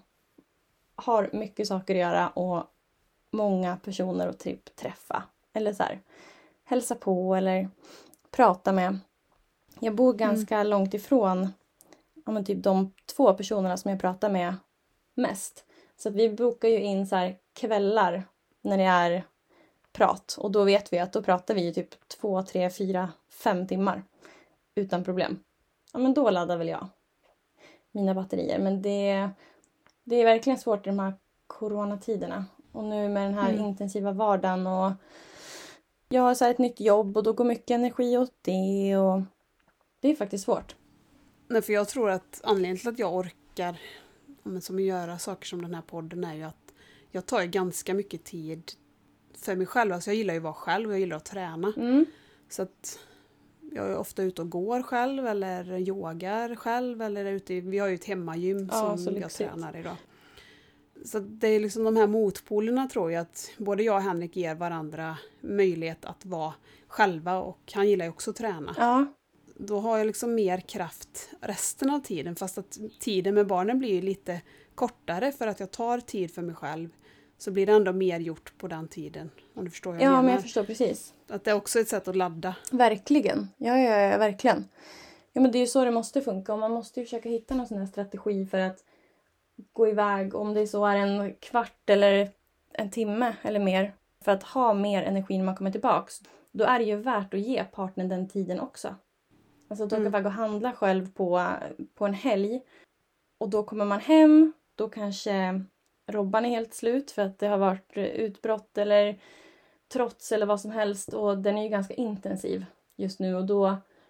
har mycket saker att göra. Och många personer att typ träffa. Eller så här, hälsa på eller prata med. Jag bor ganska mm. långt ifrån ja, men typ de två personerna som jag pratar med mest. Så att vi bokar ju in så här kvällar när det är prat. Och då vet vi att då pratar vi ju typ två, tre, fyra, fem timmar. Utan problem. Ja, men då laddar väl jag mina batterier. Men det, det är verkligen svårt i de här coronatiderna. Och nu med den här mm. intensiva vardagen. Och jag har så här ett nytt jobb och då går mycket energi åt det. Och det är faktiskt svårt. Nej, för jag tror att anledningen till att jag orkar men som att göra saker som den här podden är ju att jag tar ganska mycket tid för mig själv. Alltså jag gillar ju att vara själv och jag gillar att träna. Mm. Så att jag är ofta ute och går själv eller yogar själv. Eller är ute i, vi har ju ett hemmagym ja, som jag tränar idag. Så det är liksom de här motpolerna tror jag att både jag och Henrik ger varandra möjlighet att vara själva och han gillar ju också att träna. Ja. Då har jag liksom mer kraft resten av tiden fast att tiden med barnen blir lite kortare för att jag tar tid för mig själv så blir det ändå mer gjort på den tiden. Om du förstår vad jag ja, menar. men jag förstår precis. Att det är också ett sätt att ladda. Verkligen. Ja, ja, ja, verkligen. Ja, men det är ju så det måste funka och man måste ju försöka hitta någon sån här strategi för att gå iväg om det så är en kvart eller en timme eller mer för att ha mer energi när man kommer tillbaks. Då är det ju värt att ge partnern den tiden också. Alltså att åka iväg och handla själv på, på en helg. Och då kommer man hem. Då kanske Robban är helt slut för att det har varit utbrott eller trots eller vad som helst. Och den är ju ganska intensiv just nu. Och då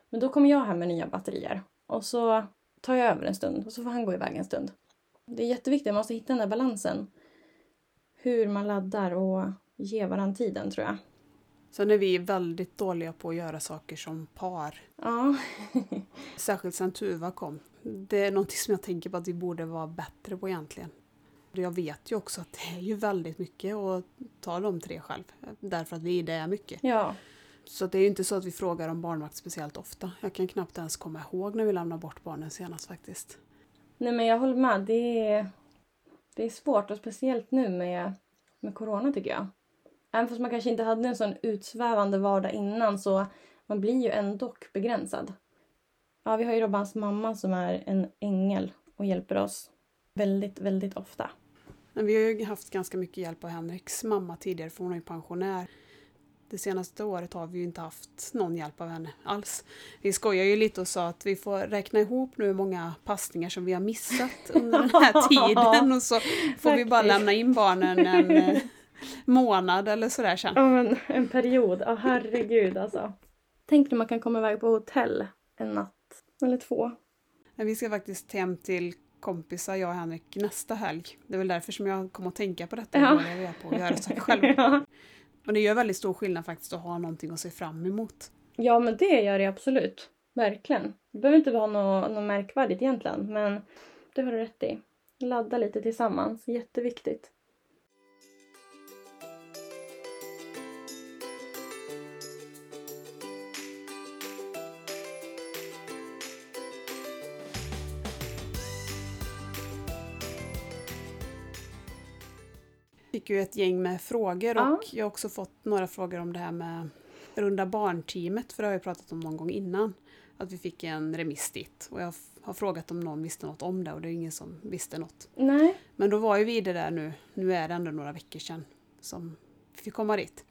Men då kommer jag hem med nya batterier. Och så tar jag över en stund och så får han gå iväg en stund. Det är jätteviktigt, man måste hitta den där balansen. Hur man laddar och ger varandra tiden, tror jag. Sen är vi väldigt dåliga på att göra saker som par. Ja. Särskilt sen Tuva kom. Det är något som jag tänker på att vi borde vara bättre på egentligen. Jag vet ju också att det är ju väldigt mycket att ta de tre själv. Därför att vi det är mycket. Ja. Så det är ju inte så att vi frågar om barnvakt speciellt ofta. Jag kan knappt ens komma ihåg när vi lämnar bort barnen senast faktiskt. Nej, men jag håller med. Det är, det är svårt och speciellt nu med, med corona tycker jag. Även fast man kanske inte hade en sån utsvävande vardag innan så man blir ju ändå begränsad. Ja, vi har ju Robbans mamma som är en ängel och hjälper oss väldigt, väldigt ofta. Men vi har ju haft ganska mycket hjälp av Henriks mamma tidigare för hon är ju pensionär. Det senaste året har vi ju inte haft någon hjälp av henne alls. Vi skojar ju lite och sa att vi får räkna ihop nu hur många passningar som vi har missat under den här tiden. Och så får vi bara lämna in barnen en eh, månad eller sådär sen. Ja, men en period. Ja, herregud alltså. Tänk när man kan komma iväg på hotell en natt eller två. Men vi ska faktiskt hem till kompisar, jag och Henrik, nästa helg. Det är väl därför som jag kommer att tänka på detta. Ja. Jag är på att göra saker själv. Ja. Och det gör väldigt stor skillnad faktiskt att ha någonting att se fram emot. Ja, men det gör det absolut. Verkligen. Det behöver inte vara något, något märkvärdigt egentligen. Men det har du rätt i. Ladda lite tillsammans. Jätteviktigt. Jag fick ju ett gäng med frågor och Ja. jag har också fått några frågor om det här med runda barnteamet. För det har jag pratat om någon gång innan. Att vi fick en remiss dit. Och jag har frågat om någon visste något om det och det är ingen som visste något. Nej. Men då var ju vi det där nu. Nu är det ändå några veckor sedan som vi fick komma dit.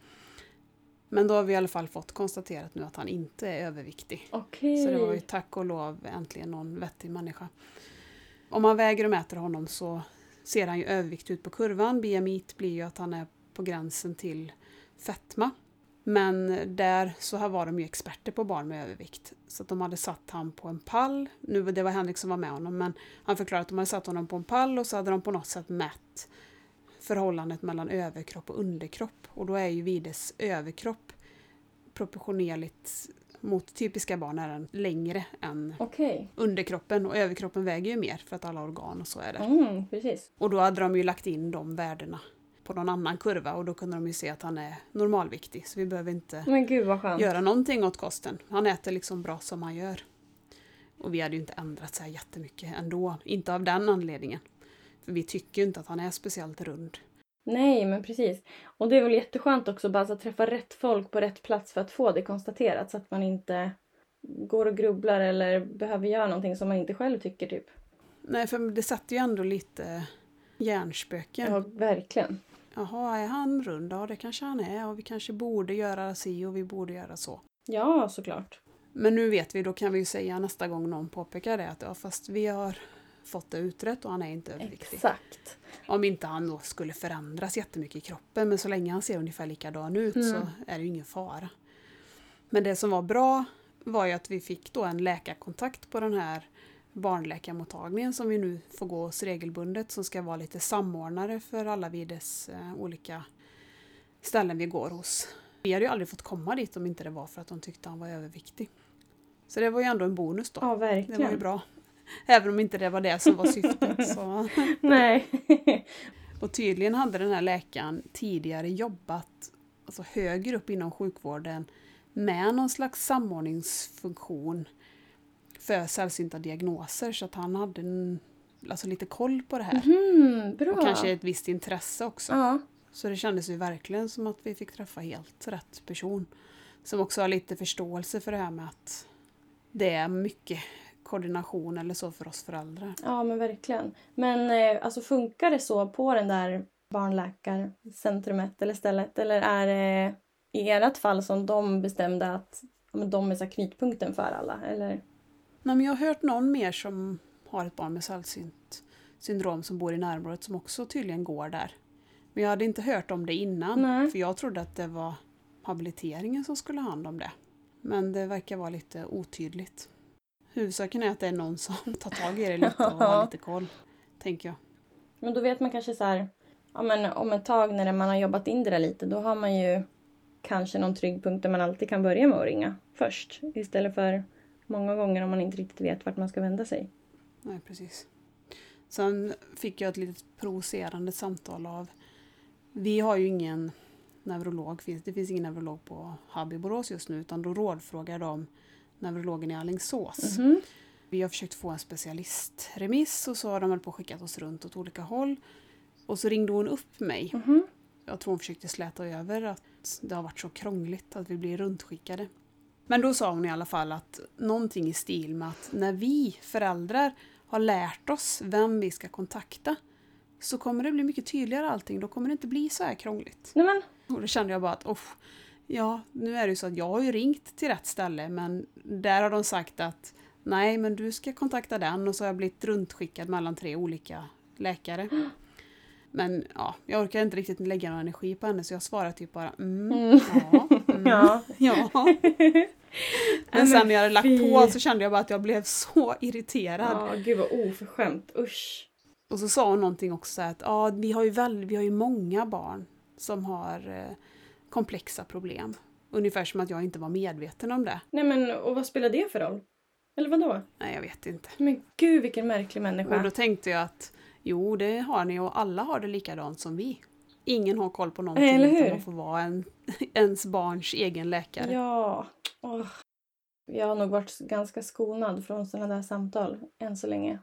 Men då har vi i alla fall fått konstaterat nu att han inte är överviktig. Okej. Så det var ju tack och lov äntligen någon vettig människa. Om man väger och mäter honom så ser han ju övervikt ut på kurvan. B M I blir ju att han är på gränsen till fetma. Men där så här var de ju experter på barn med övervikt. Så att de hade satt han på en pall. Nu det var Henrik som var med honom. Men han förklarade att de hade satt honom på en pall. Och så hade de på något sätt mätt förhållandet mellan överkropp och underkropp. Och då är ju Vides överkropp proportionerligt mot typiska barn är den längre än Okej. underkroppen. Och överkroppen väger ju mer för att alla organ och så är det. Mm, precis. Och då hade de ju lagt in de värdena på någon annan kurva. Och då kunde de ju se att han är normalviktig. Så vi behöver inte Men gud vad skönt. göra någonting åt kosten. Han äter liksom bra som han gör. Och vi hade ju inte ändrat så här jättemycket ändå. Inte av den anledningen. För vi tycker ju inte att han är speciellt rund. Nej, men precis. Och det är väl jätteskönt också bara att träffa rätt folk på rätt plats för att få det konstaterat. Så att man inte går och grubblar eller behöver göra någonting som man inte själv tycker typ. Nej, för det satt ju ändå lite hjärnspöken. Ja, verkligen. Jaha, är han rund? Ja, det kanske han är. Och vi kanske borde göra si och vi borde göra så. Ja, såklart. Men nu vet vi, då kan vi ju säga nästa gång någon påpekar det. Att ja, fast vi har fått det utrett och han är inte överviktig. Exakt. Om inte han då skulle förändras jättemycket i kroppen. Men så länge han ser ungefär likadan ut Mm. så är det ju ingen fara. Men det som var bra var ju att vi fick då en läkarkontakt på den här barnläkarmottagningen som vi nu får gå hos regelbundet. Som ska vara lite samordnare för alla Vides eh, olika ställen vi går hos. Vi hade ju aldrig fått komma dit om inte det var för att de tyckte han var överviktig. Så det var ju ändå en bonus då. Ja, Det verkligen. var ju bra. Även om inte det var det som var syftet. Så. Nej. Och tydligen hade den här läkaren tidigare jobbat alltså högre upp inom sjukvården med någon slags samordningsfunktion för sällsynta diagnoser. Så att han hade en, alltså lite koll på det här. Mm, bra. Och kanske ett visst intresse också. Ja. Så det kändes ju verkligen som att vi fick träffa helt rätt person. Som också har lite förståelse för det här med att det är mycket koordination eller så för oss föräldrar. Ja, men verkligen. Men eh, alltså funkar det så på den där barnläkarcentrumet eller stället? Eller är det i ert fall som de bestämde att ja, men de är så här knytpunkten för alla? Eller? Nej, men jag har hört någon mer som har ett barn med sällsynt syndrom som bor i närområdet som också tydligen går där. Men jag hade inte hört om det innan. Nej. För jag trodde att det var habiliteringen som skulle ha hand om det. Men det verkar vara lite otydligt. Huvudsaken är att det är någon som tar tag i det lite och har lite koll, tänker jag. Men då vet man kanske så här, ja, men om ett tag när man har jobbat in det där lite, då har man ju kanske någon trygg punkt där man alltid kan börja med att ringa först. Istället för många gånger om man inte riktigt vet vart man ska vända sig. Nej, precis. Sen fick jag ett litet provocerande samtal av... Vi har ju ingen neurolog, det finns ingen neurolog på Hub i Borås just nu, utan då rådfrågar de neurologen i Alingsås. Mm-hmm. Vi har försökt få en specialistremiss och så har de väl på skickat oss runt åt olika håll. Och så ringde hon upp mig. Mm-hmm. Jag tror hon försökte släta över att det har varit så krångligt att vi blir runtskickade. Men då sa hon i alla fall att någonting i stil med att när vi föräldrar har lärt oss vem vi ska kontakta så kommer det bli mycket tydligare allting. Då kommer det inte bli så här krångligt. Nej, men. Och då kände jag bara att oh, ja, nu är det ju så att jag har ju ringt till rätt ställe, men där har de sagt att nej, men du ska kontakta den, och så har jag blivit runtskickad mellan tre olika läkare. Mm. Men ja, jag orkar inte riktigt lägga någon energi på henne, så jag svarar typ bara mm, mm. ja, mm, ja. ja. Men sen när jag hade lagt på så kände jag bara att jag blev så irriterad. Ja, gud vad oförskämt, usch. Och så sa hon någonting också att ja, vi har ju väl, vi har ju många barn som har eh, komplexa problem. Ungefär som att jag inte var medveten om det. Nej, men och vad spelar det för roll? Eller vad då? Nej, jag vet inte. Men gud, vilken märklig människa. Och då tänkte jag att jo, det har ni, och alla har det likadant som vi. Ingen har koll på någonting. Eller hur? Utan man får vara en, ens barns egen läkare. Ja. Oh. Jag har nog varit ganska skonad från sådana där samtal än så länge.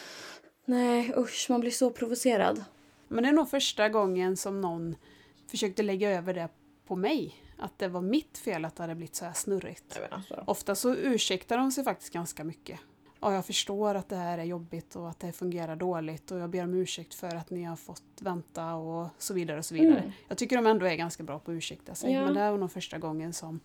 Nej, usch, man blir så provocerad. Men det är nog första gången som någon försökte lägga över det på mig. Att det var mitt fel att det hade blivit så här snurrigt. Alltså. Ofta så ursäktar de sig faktiskt ganska mycket. Ja, jag förstår att det här är jobbigt och att det fungerar dåligt. Och jag ber om ursäkt för att ni har fått vänta och så vidare och så vidare. Mm. Jag tycker de ändå är ganska bra på att ursäkta sig. Ja. Men det här var nog första gången som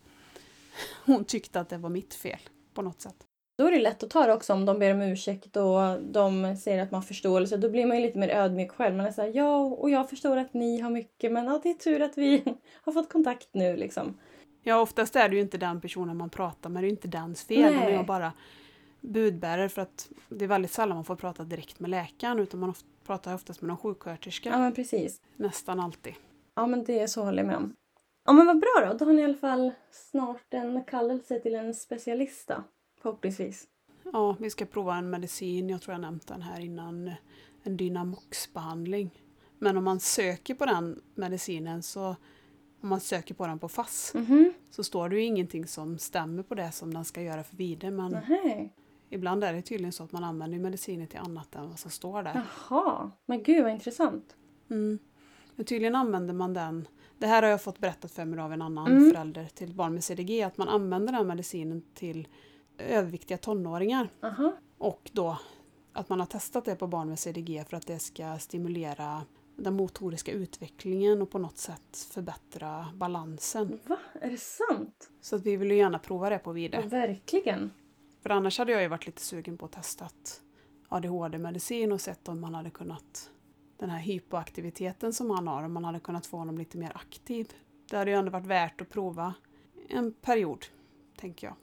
hon tyckte att det var mitt fel på något sätt. Då är det lätt att ta det också om de ber om ursäkt och de säger att man förstår. Så då blir man ju lite mer ödmjuk själv. Man är så här, ja, och jag förstår att ni har mycket, men ja, det är tur att vi har fått kontakt nu liksom. Ja, oftast är det ju inte den personen man pratar med, det är ju inte dens fel. Man är bara budbärare, för att det är väldigt sällan man får prata direkt med läkaren, utan man ofta, pratar oftast med någon sjuksköterska. Ja, men precis. Nästan alltid. Ja, men det är så håller jag med om. Ja, men vad bra då. Då har ni i alla fall snart en kallelse till en specialista. Förhoppningsvis. Ja, vi ska prova en medicin. Jag tror jag nämnt den här innan. En Dynamox-behandling. Men om man söker på den medicinen så... Om man söker på den på F A S. Mm-hmm. Så står det ju ingenting som stämmer på det som den ska göra för vidare. Men Nej. Ibland är det tydligen så att man använder mediciner till annat än vad som står där. Jaha, men gud vad intressant. Mm. Men tydligen använder man den... Det här har jag fått berättat för mig av en annan mm. förälder till barn med C D G. Att man använder den medicinen till överviktiga tonåringar. Uh-huh. Och då att man har testat det på barn med C D G för att det ska stimulera den motoriska utvecklingen och på något sätt förbättra balansen. Va? Är det sant? Så att vi vill ju gärna prova det på vidare. Ja, verkligen. För annars hade jag ju varit lite sugen på att testa A D H D-medicin och sett om man hade kunnat, den här hypoaktiviteten som han har, om man hade kunnat få honom lite mer aktiv. Det hade ju ändå varit värt att prova en period, tänker jag.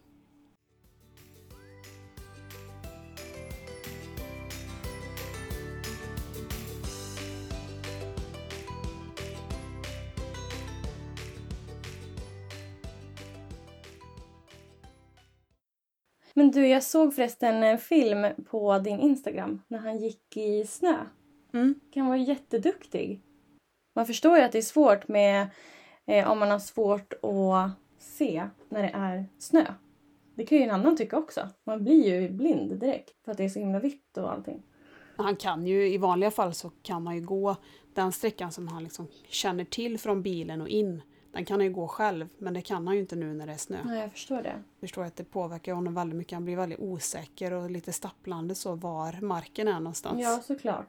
Men du, jag såg förresten en film på din Instagram när han gick i snö. Mm. Han var jätteduktig. Man förstår ju att det är svårt med eh, om man har svårt att se när det är snö. Det kan ju en annan tycka också. Man blir ju blind direkt för att det är så himla vitt och allting. Han kan ju, i vanliga fall så kan han ju gå den sträckan som han liksom känner till från bilen och in. Den kan han ju gå själv, men det kan han ju inte nu när det är snö. Nej, jag förstår det. Jag förstår att det påverkar honom väldigt mycket. Han blir väldigt osäker och lite stapplande så var marken är någonstans. Ja, såklart.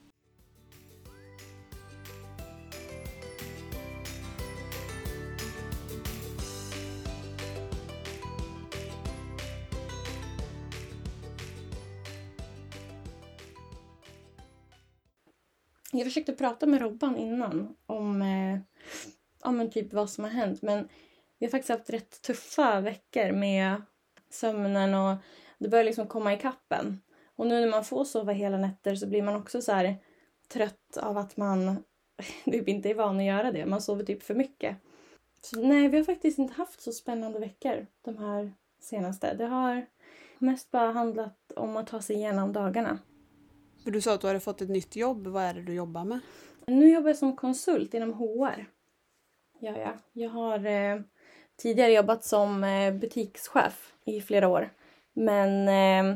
Jag försökte prata med Robban innan om, eh, om en typ vad som har hänt. Men Vi har faktiskt haft rätt tuffa veckor med sömnen och det börjar liksom komma i kappen. Och nu när man får sova hela nätter så blir man också så här trött av att man typ inte är van att göra det. Man sover typ för mycket. Så nej, vi har faktiskt inte haft så spännande veckor de här senaste. Det har mest bara handlat om att ta sig igenom dagarna. För du sa att du hade fått ett nytt jobb. Vad är det du jobbar med? Nu jobbar jag som konsult inom H R. Ja, ja. Jag har eh, tidigare jobbat som eh, butikschef i flera år. Men eh,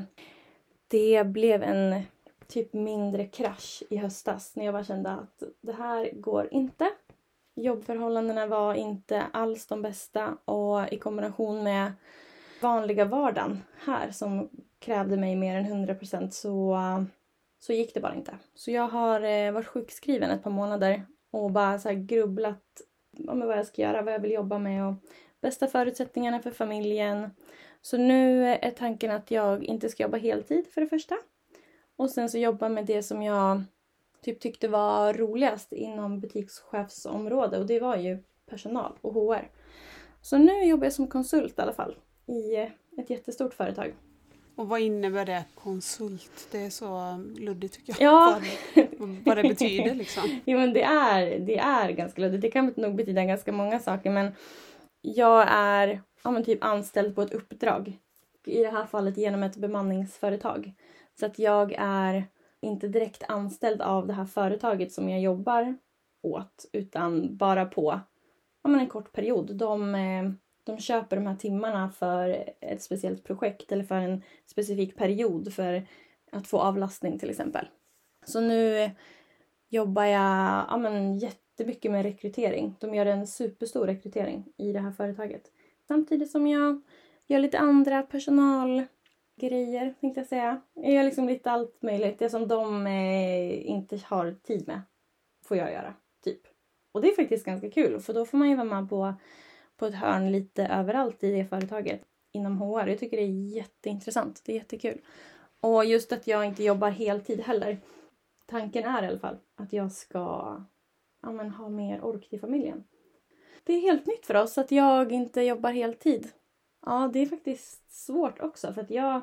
det blev en typ mindre krasch i höstas. När jag bara kände att det här går inte. Jobbförhållandena var inte alls de bästa. Och i kombination med vanliga vardagen här som krävde mig mer än hundra procent så, så gick det bara inte. Så jag har eh, varit sjukskriven ett par månader och bara så här grubblat om vad jag ska göra, vad jag vill jobba med och bästa förutsättningarna för familjen. Så nu är tanken att jag inte ska jobba heltid för det första. Och sen så jobba med det som jag typ tyckte var roligast inom butikschefsområde. Och det var ju personal och H R. Så nu jobbar jag som konsult i alla fall. I ett jättestort företag. Och vad innebär det konsult? Det är så luddigt tycker jag. Ja. Vad, vad det betyder liksom. Jo men det är, det är ganska luddigt. Det kan nog betyda ganska många saker. Men jag är ja, men typ anställd på ett uppdrag. I det här fallet genom ett bemanningsföretag. Så att jag är inte direkt anställd av det här företaget som jag jobbar åt. Utan bara på ja, men en kort period. De, de köper de här timmarna för ett speciellt projekt. Eller för en specifik period för att få avlastning till exempel. Så nu jobbar jag ja, men jättemycket med rekrytering. De gör en superstor rekrytering i det här företaget. Samtidigt som jag gör lite andra personalgrejer, tänkte jag säga. Jag gör liksom lite allt möjligt. Det som de eh, inte har tid med får jag göra, typ. Och det är faktiskt ganska kul. För då får man ju vara med på, på ett hörn lite överallt i det företaget. Inom H R. Jag tycker det är jätteintressant. Det är jättekul. Och just att jag inte jobbar heltid heller. Tanken är i alla fall att jag ska ja, men, ha mer ork till familjen. Det är helt nytt för oss att jag inte jobbar heltid. Ja, det är faktiskt svårt också. För att jag,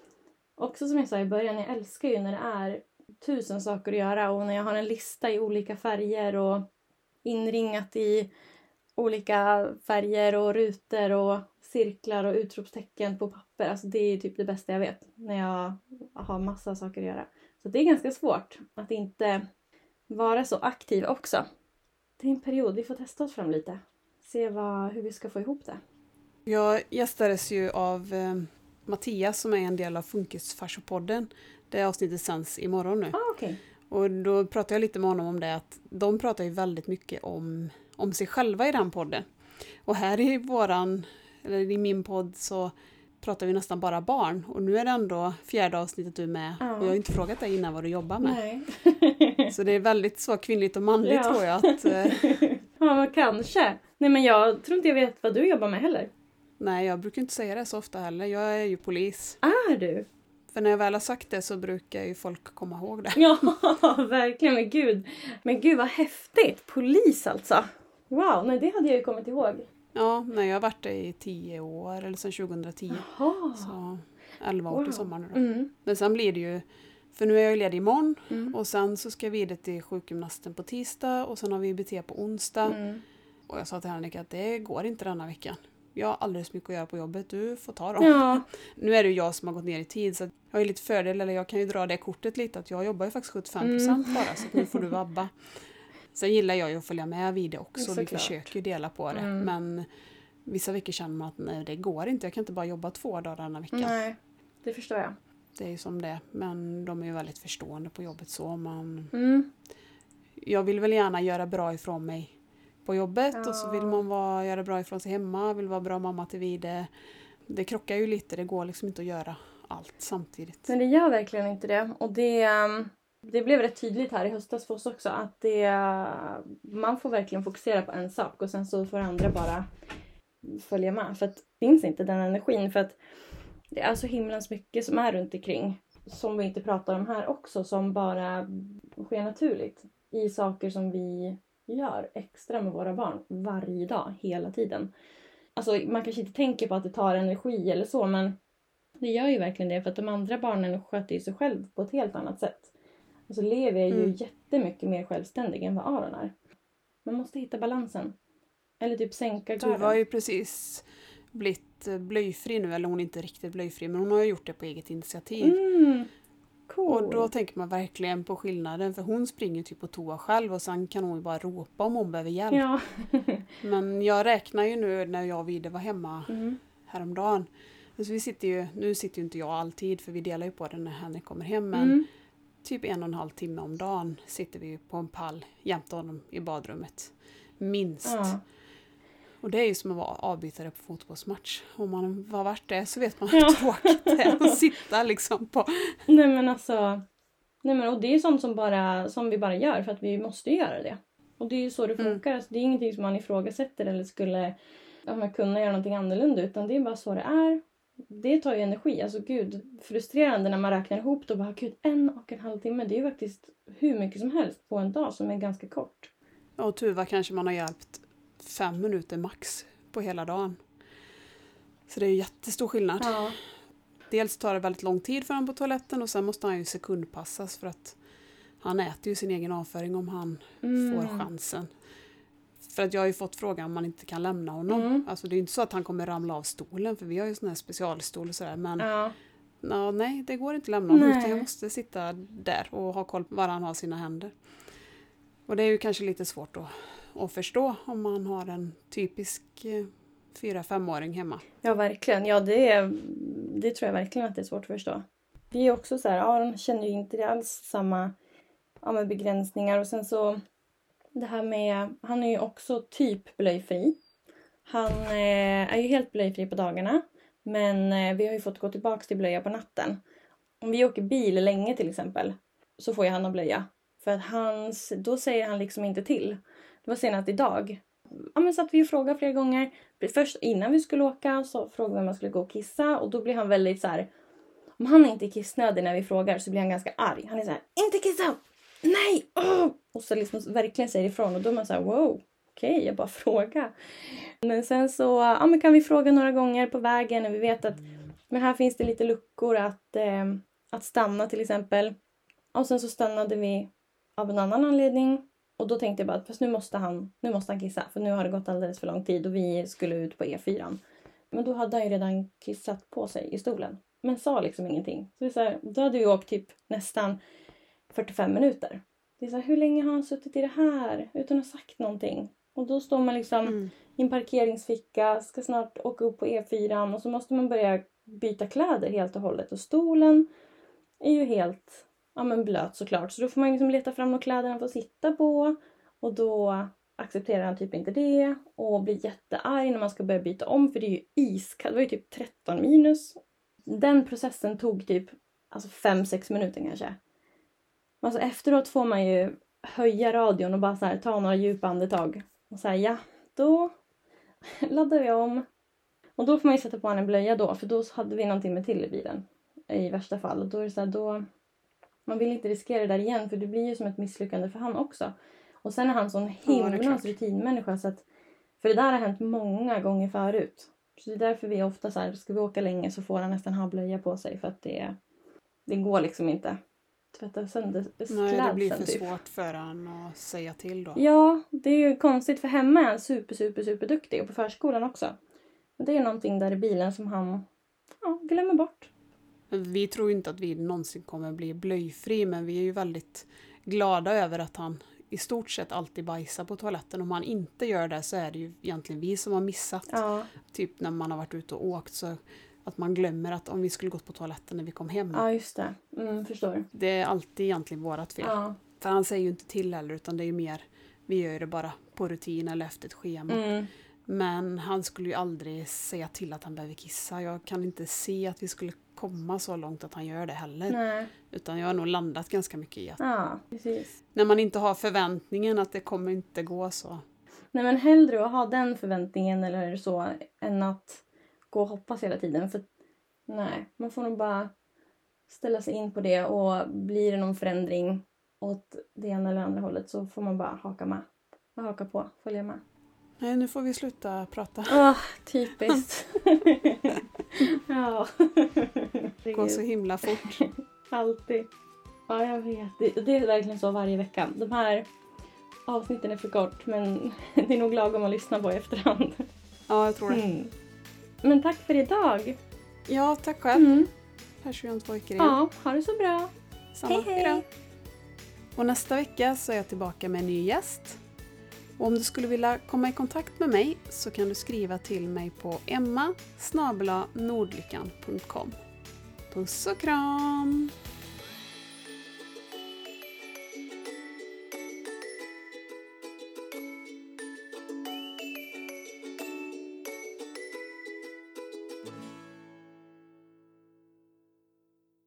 också som jag sa i början, jag älskar ju när det är tusen saker att göra. Och när jag har en lista i olika färger och inringat i olika färger och rutor och cirklar och utropstecken på papper. Alltså det är typ det bästa jag vet när jag har massa saker att göra. Så det är ganska svårt att inte vara så aktiv också. Det är en period, vi får testa oss fram lite. Se vad, hur vi ska få ihop det. Jag gästades ju av eh, Mattias som är en del av Funkisfarsopodden. Det avsnittet sänds imorgon nu. Ah, okay. Och då pratade jag lite med honom om det att de pratar ju väldigt mycket om, om sig själva i den podden. Och här i våran, eller i min podd så pratar vi nästan bara barn. Och nu är det ändå fjärde avsnittet du är med. Ah. Och jag har inte frågat dig innan vad du jobbar med. Nej. Så det är väldigt så kvinnligt och manligt ja. Tror jag. Att, eh... ja, kanske. Nej, men jag tror inte jag vet vad du jobbar med heller. Nej, jag brukar inte säga det så ofta heller. Jag är ju polis. Är du? För när jag väl har sagt det så brukar ju folk komma ihåg det. Ja, verkligen. Men gud. Men gud vad häftigt. Polis alltså. Wow, nej det hade jag ju kommit ihåg. Ja, nej, jag har varit det i tio år. Eller sedan tjugohundratio. Jaha. Så elva år wow. till sommaren nu då. Mm. Men sen blir det ju... För nu är jag ledig imorgon. Mm. Och sen så ska jag vidare till sjukgymnasten på tisdag. Och sen har vi I B T på onsdag. Mm. Och jag sa till Henrik att det går inte denna veckan. Jag har alldeles mycket att göra på jobbet. Du får ta dem. Ja. Nu är det ju jag som har gått ner i tid. Så jag har ju lite fördel. Eller jag kan ju dra det kortet lite. Att jag jobbar ju faktiskt sjuttiofem procent mm. bara. Så nu får du vabba. Sen gillar jag ju att följa med vid det också. Så vi klart. Försöker ju dela på det. Mm. Men vissa veckor känner man att nej, det går inte. Jag kan inte bara jobba två dagar denna veckan. Nej, det förstår jag. Det är ju som det. Men de är ju väldigt förstående på jobbet så. Man... Mm. Jag vill väl gärna göra bra ifrån mig på jobbet. Ja. Och så vill man vara, göra bra ifrån sig hemma. Vill vara bra mamma till Vide. Det krockar ju lite. Det går liksom inte att göra allt samtidigt. Men det gör verkligen inte det. Och det, det blev rätt tydligt här i höstas för oss också. Att det, man får verkligen fokusera på en sak. Och sen så får andra bara följa med. För att det finns inte den energin. För att det är så himlans mycket som är runt omkring. Som vi inte pratar om här också. Som bara sker naturligt. I saker som vi gör extra med våra barn varje dag, hela tiden. Alltså man kanske inte tänker på att det tar energi eller så, men det gör ju verkligen det, för att de andra barnen sköter ju sig själv på ett helt annat sätt. Alltså Levi är ju Mm. jättemycket mer självständig än vad Aron är. Man måste hitta balansen. Eller typ sänka Tuva har garden. ju precis blivit blöjfri nu, eller hon är inte riktigt blöjfri, men hon har ju gjort det på eget initiativ. Mm, cool. Och då tänker man verkligen på skillnaden, för hon springer typ på toa själv och sen kan hon ju bara ropa om hon behöver hjälp. Ja. Men jag räknar ju nu när jag och Vide var hemma Mm. häromdagen. Alltså vi sitter ju, nu sitter ju inte jag alltid, för vi delar ju på det när Henrik kommer hem, men Mm. typ en och en halv timme om dagen sitter vi på en pall jämte honom i badrummet. Minst. Ja. Och det är ju som att vara avbytare på fotbollsmatch. Om man har varit det så vet man Ja. hur tråkigt det är att sitta liksom på... Nej men alltså. Nej men och det är sånt som, bara, som vi bara gör för att vi måste göra det. Och det är ju så det funkar. Mm. Alltså, det är ingenting som man ifrågasätter eller skulle ja, man kunna göra någonting annorlunda, utan det är bara så det är. Det tar ju energi. Alltså gud, frustrerande när man räknar ihop då bara gud, en och en halv timme. Det är ju faktiskt hur mycket som helst på en dag som är ganska kort. Och Tuva kanske man har hjälpt fem minuter max på hela dagen. Så det är ju jättestor skillnad. Ja. Dels tar det väldigt lång tid för honom på toaletten och sen måste han ju sekundpassas för att han äter ju sin egen avföring om han Mm. får chansen. För att jag har ju fått frågan om man inte kan lämna honom. Mm. Alltså det är ju inte så att han kommer ramla av stolen, för vi har ju sån här specialstol och sådär. Men Ja. ja, nej, det går inte att lämna honom, Nej. utan jag måste sitta där och ha koll på var han har sina händer. Och det är ju kanske lite svårt att, att förstå om man har en typisk eh, fyra-femåring hemma. Ja, verkligen. Ja, det, är, det tror jag verkligen att det är svårt att förstå. Det är också så här, Aron känner ju inte alls samma ja, med begränsningar. Och sen så, det här med, han är ju också typ blöjfri. Han eh, är ju helt blöjfri på dagarna. Men eh, vi har ju fått gå tillbaka till blöja på natten. Om vi åker bil länge till exempel, så får jag han att blöja. För att hans, då säger han liksom inte till. Det var senast idag. Ja, men så att vi frågade flera gånger. Först innan vi skulle åka så frågade vi om man skulle gå och kissa. Och då blir han väldigt så här. Om han inte är kissnödig när vi frågar så blir han ganska arg. Han är så här, inte kissa! Nej! Oh! Och så liksom verkligen säger ifrån. Och då är man så här, wow, okej, okay, jag bara frågar. Men sen så ja, men kan vi fråga några gånger på vägen. När vi vet att men här finns det lite luckor att, eh, att stanna till exempel. Och sen så stannade vi av en annan anledning. Och då tänkte jag bara att fast nu måste han, nu måste han kissa. För nu har det gått alldeles för lång tid och vi skulle ut på E fyra. Men då hade han ju redan kissat på sig i stolen. Men sa liksom ingenting. Så det är så här, då hade vi åkt typ nästan fyrtiofem minuter. Det är så här, hur länge har han suttit i det här? Utan att ha sagt någonting. Och då står man liksom Mm. i en parkeringsficka. Ska snart åka upp på E fyra. Och så måste man börja byta kläder helt och hållet. Och stolen är ju helt ja, men blöt såklart. Så då får man liksom leta fram de kläder han får sitta på. Och då accepterar han typ inte det. Och blir jättearg när man ska börja byta om. För det är ju iskallt. Det var ju typ tretton minus. Den processen tog typ alltså fem sex minuter kanske. Alltså efteråt får man ju höja radion och bara så här, ta några djupa andetag. Och säga ja, då laddar vi om. Och då får man ju sätta på en blöja då. För då hade vi någonting med till i bilen. I värsta fall. Och då är det så här, då... Man vill inte riskera det där igen. För det blir ju som ett misslyckande för han också. Och sen är han sån himlans ja, rutinmänniska. Så att, för det där har hänt många gånger förut. Så det är därför vi ofta så här, ska vi åka länge så får han nästan ha blöja på sig. För att det, det går liksom inte. Tvätta sönder klädseln. Nej, det blir för typ. svårt för han att säga till då. Ja, det är ju konstigt. För hemma är han super, super, super duktig. Och på förskolan också. Men det är någonting där i bilen som han ja, glömmer bort. Vi tror inte att vi någonsin kommer bli blöjfri, men vi är ju väldigt glada över att han i stort sett alltid bajsar på toaletten. Om han inte gör det så är det ju egentligen vi som har missat. Ja. Typ när man har varit ute och åkt så att man glömmer att om vi skulle gått på toaletten när vi kom hem. Ja, just det. Mm, förstår. Det är alltid egentligen vårat fel. Ja. För han säger ju inte till heller, utan det är ju mer, vi gör det bara på rutin eller efter ett schema. Mm. Men han skulle ju aldrig säga till att han behöver kissa. Jag kan inte se att vi skulle komma så långt att han gör det heller. Nej. Utan jag har nog landat ganska mycket i att Ja, precis. när man inte har förväntningen att det kommer inte gå så. Nej, men hellre att ha den förväntningen eller så än att gå och hoppas hela tiden. För nej, man får nog bara ställa sig in på det och blir det någon förändring åt det ena eller andra hållet så får man bara haka med. Och haka på, följa med. Nej, nu får vi sluta prata. Åh, typiskt. Ja. Det går så himla fort. Alltid. Ja, jag vet. Det, det är verkligen så varje vecka. De här avsnitten är för kort, men det är nog lagom att lyssna på i efterhand. Ja, jag tror det. Mm. Men tack för idag. Ja, tack själv. Mm. Hörs vi om två veckor igen. Ja, ha det så bra. Samma. Hej, hej. Hejdå. Och nästa vecka så är jag tillbaka med en ny gäst. Och om du skulle vilja komma i kontakt med mig så kan du skriva till mig på emma snabel-a nordlyckan punkt com. Puss och kram!